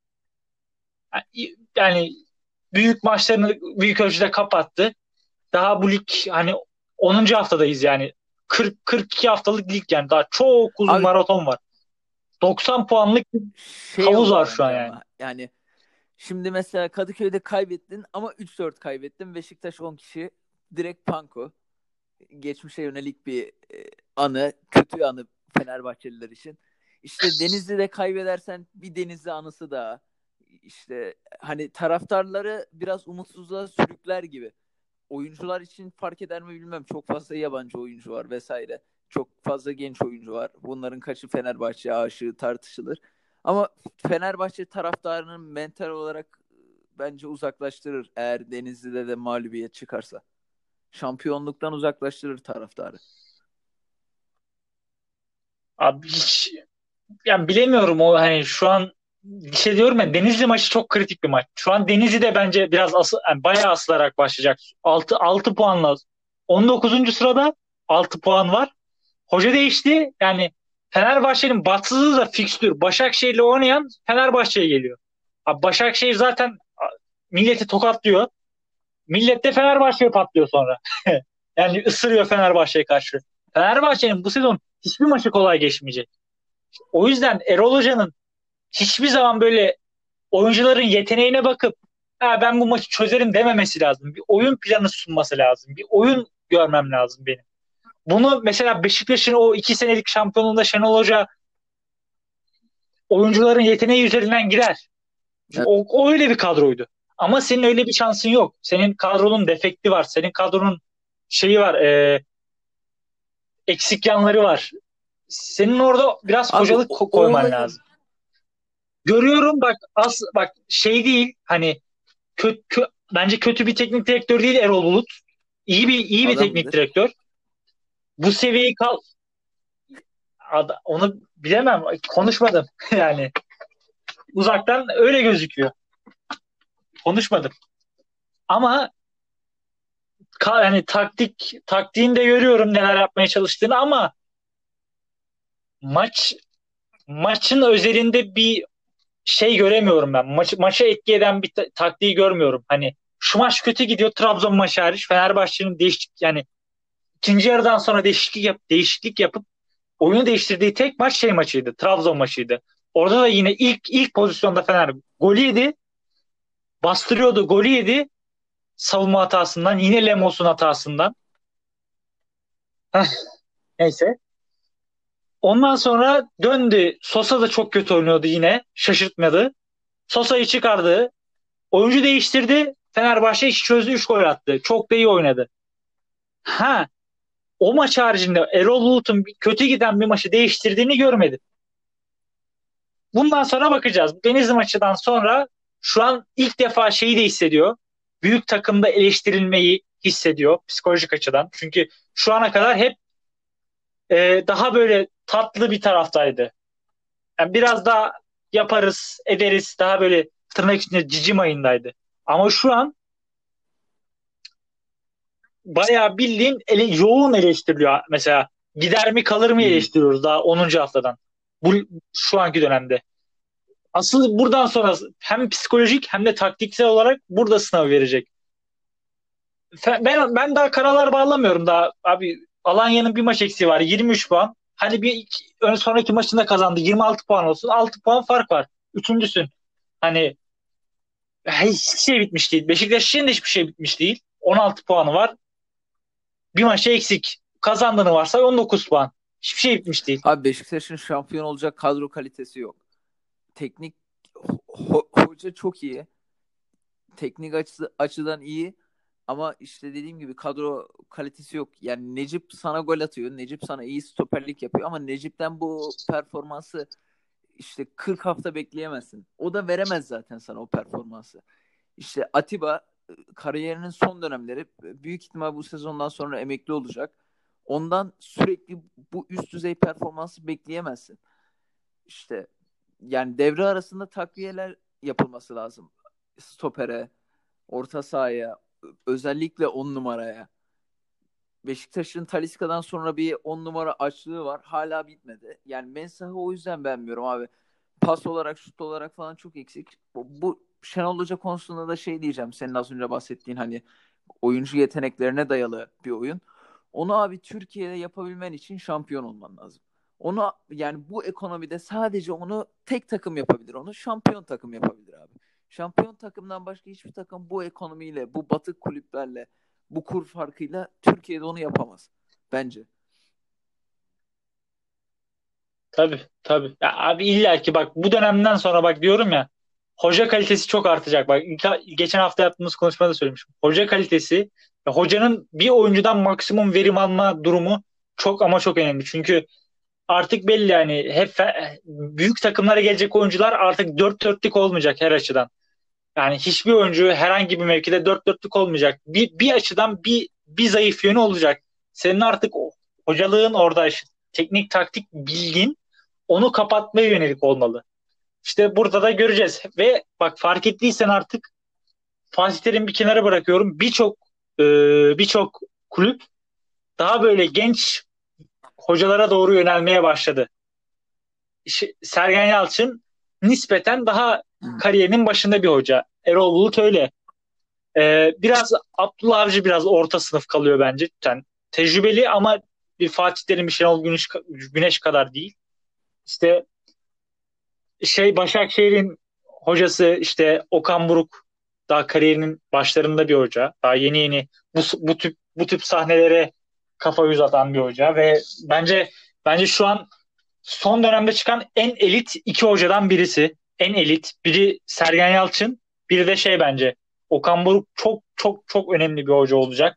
Yani büyük maçlarını büyük ölçüde kapattı. Daha bu lig hani onuncu haftadayız yani. kırk kırk iki haftalık lig yani daha çok uzun Abi maraton var. doksan puanlık bir şey havuz olur var şu an bence yani. ama yani şimdi mesela Kadıköy'de kaybettin ama üç dört kaybettin. Beşiktaş on kişi direkt panko. Geçmişe yönelik bir e, anı, kötü anı Fenerbahçeliler için. İşte Denizli'de kaybedersen bir Denizli anısı daha. İşte hani taraftarları biraz umutsuzluğa sürükler gibi. Oyuncular için fark eder mi bilmem. Çok fazla yabancı oyuncu var vesaire. Çok fazla genç oyuncu var. Bunların kaçı Fenerbahçe aşığı tartışılır. Ama Fenerbahçe taraftarının mental olarak e, bence uzaklaştırır eğer Denizli'de de mağlubiyet çıkarsa. Şampiyonluktan uzaklaştırır taraftarı. Abi hiç yani bilemiyorum o hani şu an bir şey diyorum ya Denizli maçı çok kritik bir maç. Şu an Denizli de bence biraz asıl, yani bayağı asılarak başlayacak. Altı altı puanla on dokuzuncu sırada altı puan var. Hoca değişti. Yani Fenerbahçe'nin batsızlığı da fikstür. Başakşehir'le oynayan Fenerbahçe'ye geliyor. Abi Başakşehir zaten milleti tokatlıyor. Millet de Fenerbahçe'ye patlıyor sonra. Yani ısırıyor Fenerbahçe'ye karşı. Fenerbahçe'nin bu sezon hiçbir maçı kolay geçmeyecek. O yüzden Erol Hoca'nın hiçbir zaman böyle oyuncuların yeteneğine bakıp ha, ben bu maçı çözerim dememesi lazım. Bir oyun planı sunması lazım. Bir oyun görmem lazım benim. Bunu mesela Beşiktaş'ın o iki senelik şampiyonluğunda Şenol Hoca oyuncuların yeteneği üzerinden girer. Çünkü Evet. o, o öyle bir kadroydu. Ama senin öyle bir şansın yok. Senin kadronun defekti var. Senin kadronun şeyi var. E, eksik yanları var. Senin orada biraz Abi hocalık o, ko- o koyman olayı lazım. Görüyorum bak as bak şey değil hani kötü bence kötü bir teknik direktör değil Erol Bulut. İyi bir iyi bir teknik adamdır. direktör. Bu seviyeyi kal Ad- onu bilemem konuşmadım yani uzaktan öyle gözüküyor. Konuşmadım. Ama ka- yani taktik taktiğini de görüyorum neler yapmaya çalıştığını ama maç maçın özelinde bir şey göremiyorum ben. Maç, maça etki eden bir ta- taktiği görmüyorum. Hani şu maç kötü gidiyor Trabzon maçı hariç Fenerbahçe'nin değişik yani ikinci yarıdan sonra değişiklik yap, değişiklik yapıp oyunu değiştirdiği tek maç şey maçıydı. Trabzon maçıydı. Orada da yine ilk ilk pozisyonda Fener golü yedi. Bastırıyordu, golü yedi. Savunma hatasından, yine Lemos'un hatasından. Heh, neyse. Ondan sonra döndü. Sosa da çok kötü oynuyordu yine. Şaşırtmadı. Sosa'yı çıkardı. Oyuncu değiştirdi. Fenerbahçe işi çözdü. Üç gol attı. Çok da iyi oynadı. Ha, o maç haricinde Erol Bulut'un kötü giden bir maçı değiştirdiğini görmedim. Bundan sonra bakacağız. Denizli maçından sonra şu an ilk defa şeyi de hissediyor. Büyük takımda eleştirilmeyi hissediyor psikolojik açıdan. Çünkü şu ana kadar hep e, daha böyle tatlı bir taraftaydı. Yani biraz daha yaparız, ederiz. Daha böyle tırnak içinde cici mayındaydı. Ama şu an bayağı bildiğin ele, yoğun eleştiriliyor. Mesela gider mi kalır mı Hmm. eleştiriyoruz daha onuncu haftadan. Bu şu anki dönemde. Asıl buradan sonra hem psikolojik hem de taktiksel olarak burada sınav verecek. Ben ben daha karalar bağlamıyorum daha. Abi Alanya'nın bir maç eksiği var yirmi üç puan. Hani bir iki, ön sonraki maçında kazandı yirmi altı puan olsun. altı puan fark var. Üçüncüsün. Hani hiçbir şey bitmiş değil. Beşiktaş'ın da hiçbir şey bitmiş değil. on altı puanı var. Bir maçta eksik. Kazandığını varsa on dokuz puan. Hiçbir şey bitmiş değil. Abi Beşiktaş'ın şampiyon olacak kadro kalitesi yok. Teknik ho- hoca çok iyi. Teknik açı, açıdan iyi. Ama işte dediğim gibi kadro kalitesi yok. Yani Necip sana gol atıyor. Necip sana iyi stoperlik yapıyor. Ama Necip'ten bu performansı işte kırk hafta bekleyemezsin. O da veremez zaten sana o performansı. İşte Atiba kariyerinin son dönemleri büyük ihtimal bu sezondan sonra emekli olacak. Ondan sürekli bu üst düzey performansı bekleyemezsin. İşte yani devre arasında takviyeler yapılması lazım. Stopere, orta sahaya, özellikle on numaraya. Beşiktaş'ın Talisca'dan sonra bir on numara açlığı var. Hala bitmedi. Yani Mensah'ı o yüzden beğenmiyorum abi. Pas olarak, şut olarak falan çok eksik. Bu, bu Şenol Hoca konusunda da şey diyeceğim. Senin az önce bahsettiğin hani oyuncu yeteneklerine dayalı bir oyun. Onu abi Türkiye'de yapabilmen için şampiyon olman lazım. Onu yani bu ekonomide sadece onu tek takım yapabilir. Onu şampiyon takım yapabilir abi. Şampiyon takımdan başka hiçbir takım bu ekonomiyle, bu batık kulüplerle, bu kur farkıyla Türkiye'de onu yapamaz. Bence. Tabii tabii. Ya abi illa ki bak bu dönemden sonra bak diyorum ya hoca kalitesi çok artacak. Bak geçen hafta yaptığımız konuşmada söylemişim. Hoca kalitesi ya hocanın bir oyuncudan maksimum verim alma durumu çok ama çok önemli. Çünkü artık belli yani hep fe- büyük takımlara gelecek oyuncular artık dört dörtlük olmayacak her açıdan. Yani hiçbir oyuncu herhangi bir mevkide dört dörtlük olmayacak. Bir, bir açıdan bir bir zayıf yönü olacak. Senin artık o hocalığın orada işte, teknik taktik bilgin onu kapatmaya yönelik olmalı. İşte burada da göreceğiz. Ve bak fark ettiysen artık Fatih Terim bir kenara bırakıyorum. Birçok e, birçok kulüp daha böyle genç hocalara doğru yönelmeye başladı. İşte Sergen Yalçın nispeten daha kariyerinin başında bir hoca. Erol Bulut öyle. Ee, biraz Abdullah Avcı biraz orta sınıf kalıyor bence. Yani tecrübeli ama bir Fatih Terim, bir Şenol Güneş, Güneş kadar değil. İşte Şey Başakşehir'in hocası işte Okan Buruk daha kariyerinin başlarında bir hoca. Daha yeni yeni bu bu tip bu tip sahnelere kafa yüz atan bir hoca ve bence bence şu an son dönemde çıkan en elit iki hocadan birisi. En elit. Biri Sergen Yalçın, biri de şey bence Okan Buruk çok çok çok önemli bir hoca olacak.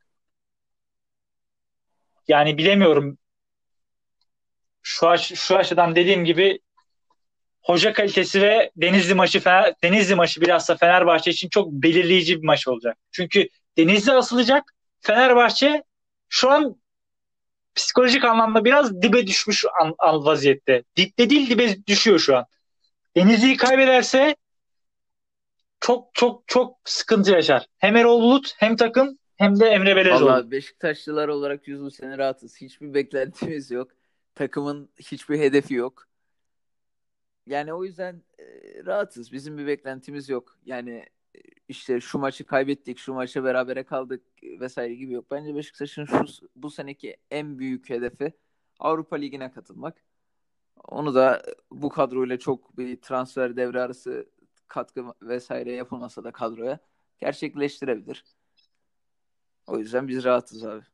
Yani bilemiyorum şu aş şu açıdan dediğim gibi hoca kalitesi ve Denizli maçı Fener, Denizli maçı bilhassa Fenerbahçe için çok belirleyici bir maç olacak. Çünkü Denizli asılacak. Fenerbahçe şu an psikolojik anlamda biraz dibe düşmüş an, an vaziyette. Dipte değil dibe düşüyor şu an. Denizli'yi kaybederse çok çok çok sıkıntı yaşar. Hem Erol Bulut hem takım hem de Emre Belezoğlu. Vallahi Beşiktaşlılar olarak yüz bu sene rahatız. Hiçbir beklentimiz yok. Takımın hiçbir hedefi yok. Yani o yüzden e, rahatız. Bizim bir beklentimiz yok. Yani e, işte şu maçı kaybettik, şu maça berabere kaldık e, vesaire gibi yok. Bence Beşiktaş'ın şu bu seneki en büyük hedefi Avrupa Ligi'ne katılmak. Onu da e, bu kadroyla çok bir transfer devre arası katkı vesaire yapılmasa da kadroya gerçekleştirebilir. O yüzden biz rahatız abi.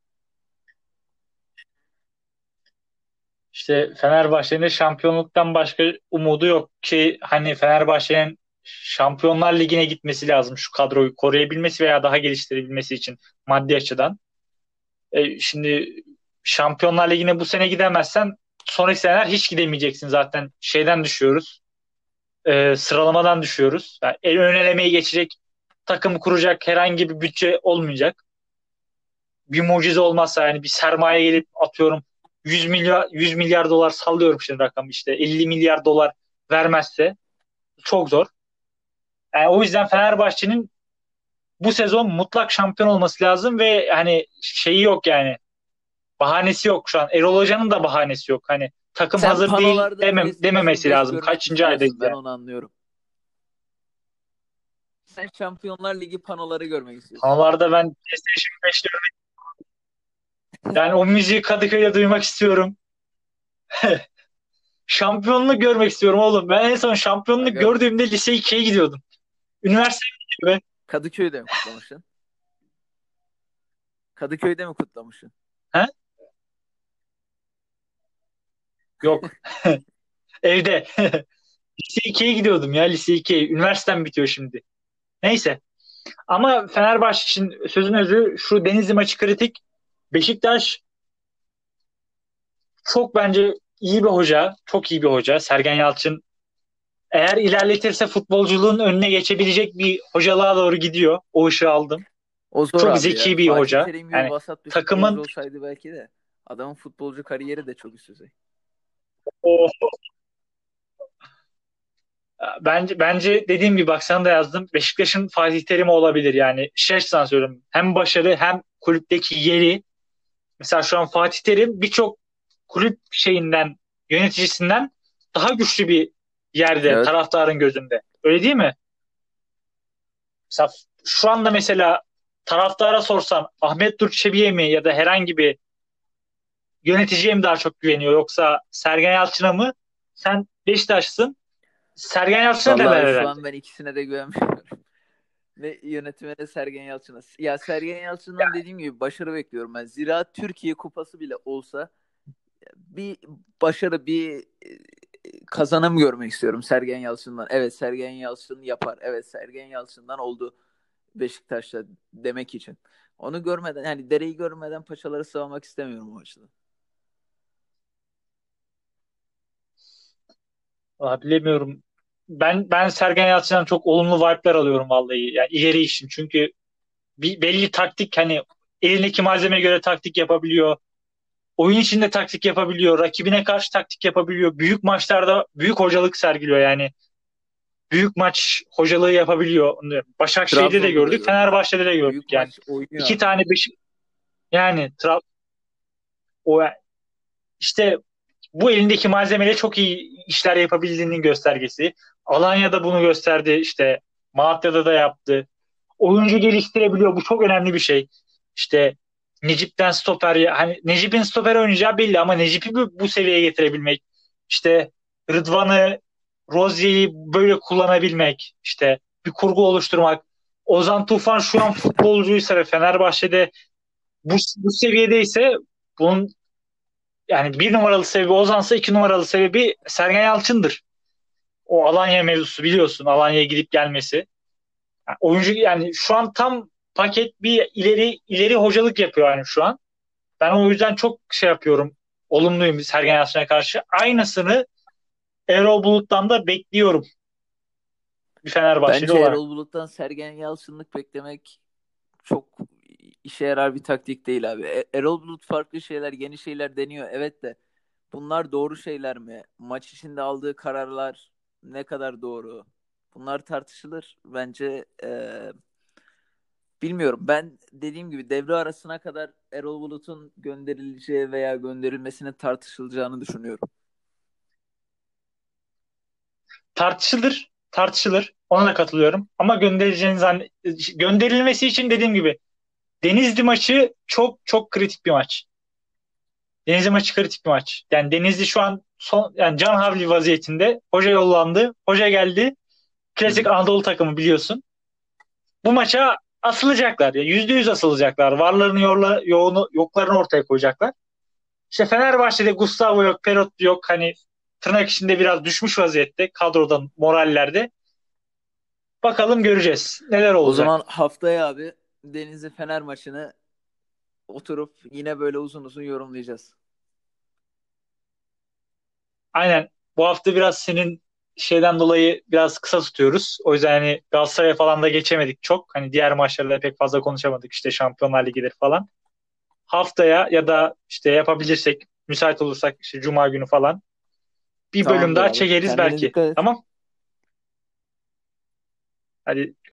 İşte Fenerbahçe'nin de şampiyonluktan başka umudu yok ki hani Fenerbahçe'nin Şampiyonlar Ligi'ne gitmesi lazım şu kadroyu koruyabilmesi veya daha geliştirebilmesi için maddi açıdan. E, şimdi Şampiyonlar Ligi'ne bu sene gidemezsen sonraki seneler hiç gidemeyeceksin zaten. Şeyden düşüyoruz. E, sıralamadan düşüyoruz. Yani el ön elemeyi geçecek takım kuracak herhangi bir bütçe olmayacak. Bir mucize olmazsa yani bir sermaye gelip atıyorum yüz milyar yüz milyar dolar sallıyorum şimdi rakam işte elli milyar dolar vermezse çok zor. Yani o yüzden Fenerbahçe'nin bu sezon mutlak şampiyon olması lazım ve hani şeyi yok yani bahanesi yok şu an. Erol Hoca'nın da bahanesi yok. Hani takım Sen hazır değil panolarda demem, P S G dememesi yirmi beş lazım. görmek Kaçıncı aydayız istiyorsun. Ben yani. onu anlıyorum. Sen Şampiyonlar Ligi panoları görmek istiyorsun. Havalarda ben PlayStation beş diyorum. Yani o müziği Kadıköy'de duymak istiyorum. Şampiyonluk görmek istiyorum oğlum. Ben en son şampiyonluk Aga gördüğümde lise ikiye gidiyordum. Üniversite gibi. Kadıköy'de mi kutlamışsın? Kadıköy'de mi kutlamışsın? He? Yok. Evde. Lise ikiye gidiyordum ya lise ikiye. Üniversitem bitiyor şimdi. Neyse. Ama Fenerbahçe için sözün özü şu Denizli maçı kritik. Beşiktaş çok bence iyi bir hoca. Çok iyi bir hoca. Sergen Yalçın eğer ilerletirse futbolculuğun önüne geçebilecek bir hocalığa doğru gidiyor. O ışığı aldım. O zor Çok abi ya. zeki bir Fatih hoca. Terim gibi Yani vasat bir futbolcu takımın olsaydı belki de. Adamın futbolcu kariyeri de çok üst düzey. o bence bence dediğim gibi bak sana da yazdım. Beşiktaş'ın Fatih Terim'i olabilir yani. Şey açısından söylüyorum. Hem başarı hem kulüpteki yeri. Mesela şu an Fatih Terim birçok kulüp şeyinden yöneticisinden daha güçlü bir yerde Evet. taraftarın gözünde. Öyle değil mi? Mesela şu anda mesela taraftara sorsan Ahmet Nur Çebi'ye mi ya da herhangi bir yöneticiye mi daha çok güveniyor yoksa Sergen Yalçın'a mı? Sen Beşiktaşlısın. Sergen Yalçın'a derler Vallahi şu herhalde. an ben ikisine de güvenmiyorum. Ve yönetime de Sergen Yalçın'a. Ya Sergen Yalçın'dan dediğim gibi başarı bekliyorum ben. Zira Türkiye Kupası bile olsa bir başarı, bir e, kazanım görmek istiyorum Sergen Yalçın'dan. Evet Sergen Yalçın yapar. Evet Sergen Yalçın'dan oldu Beşiktaş'ta demek için. Onu görmeden yani dereyi görmeden paçaları sıvamak istemiyorum o açıdan. Valla bilemiyorum. Ben ben Sergen Yalçın'dan çok olumlu vibe'lar alıyorum vallahi. Yani ileri işin. Çünkü bir belli taktik hani elindeki malzemeye göre taktik yapabiliyor. Oyun içinde taktik yapabiliyor. Rakibine karşı taktik yapabiliyor. Büyük maçlarda büyük hocalık sergiliyor yani. Büyük maç hocalığı yapabiliyor. Başakşehir'de de Trabzon'da da gördük, gördük. Fenerbahçe'de de gördük Büyük yani. maç oynuyor İki adam. tane Beşik yani Tra- o işte bu elindeki malzemeyle çok iyi işler yapabildiğinin göstergesi. Alanya'da bunu gösterdi işte Malatya'da da yaptı. Oyuncu geliştirebiliyor. Bu çok önemli bir şey. İşte Necip'ten stoper hani Necip'in stoper oynayacağı belli ama Necip'i bu, bu seviyeye getirebilmek. İşte Rıdvan'ı, Rozier'i böyle kullanabilmek, işte bir kurgu oluşturmak. Ozan Tufan şu an futbolcuysa ve Fenerbahçe'de bu, bu seviyedeyse bunun yani bir numaralı sebebi Ozan'sa iki numaralı sebebi Sergen Yalçın'dır. O Alanya mevzusu biliyorsun. Alanya'ya gidip gelmesi. Yani oyuncu yani şu an tam paket bir ileri ileri hocalık yapıyor yani şu an. Ben o yüzden çok şey yapıyorum. Olumluyum Sergen Yalçın'a karşı. Aynısını Erol Bulut'tan da bekliyorum bir Fenerbahçeli Bence olarak. Erol Bulut'tan Sergen Yalçınlık beklemek çok işe yarar bir taktik değil abi. E- Erol Bulut farklı şeyler, yeni şeyler deniyor. Evet de bunlar doğru şeyler mi? Maç içinde aldığı kararlar ne kadar doğru? Bunlar tartışılır. Bence e, bilmiyorum. Ben dediğim gibi devre arasına kadar Erol Bulut'un gönderileceği veya gönderilmesinin tartışılacağını düşünüyorum. Tartışılır, tartışılır. Ona da katılıyorum. Ama gönderileceğini zann gönderilmesi için dediğim gibi Denizli maçı çok çok kritik bir maç. Denizli maçı kritik bir maç. Yani Denizli şu an son yani can havli vaziyetinde. Hoca yollandı. Hoca geldi. Hı Klasik hı. Anadolu takımı biliyorsun. Bu maça asılacaklar ya. Yüzde yüz asılacaklar. Varlarını yorla, yoğunu, yoklarını ortaya koyacaklar. İşte Fenerbahçe'de Gustavo yok, Perotti yok. Hani tırnak içinde biraz düşmüş vaziyette kadrodan, morallerde. Bakalım göreceğiz. Neler O olacak. zaman haftaya abi Denizli Fener maçını oturup yine böyle uzun uzun yorumlayacağız. Aynen. Bu hafta biraz senin şeyden dolayı biraz kısa tutuyoruz. O yüzden hani Galatasaray'a falan da geçemedik çok. Hani diğer maçlarda pek fazla konuşamadık. İşte Şampiyonlar Ligi'dir falan. Haftaya ya da işte yapabilirsek, müsait olursak işte Cuma günü falan bir bölüm Tamamdır daha abi. çekeriz Kendine belki. dikkat et. Tamam. Hadi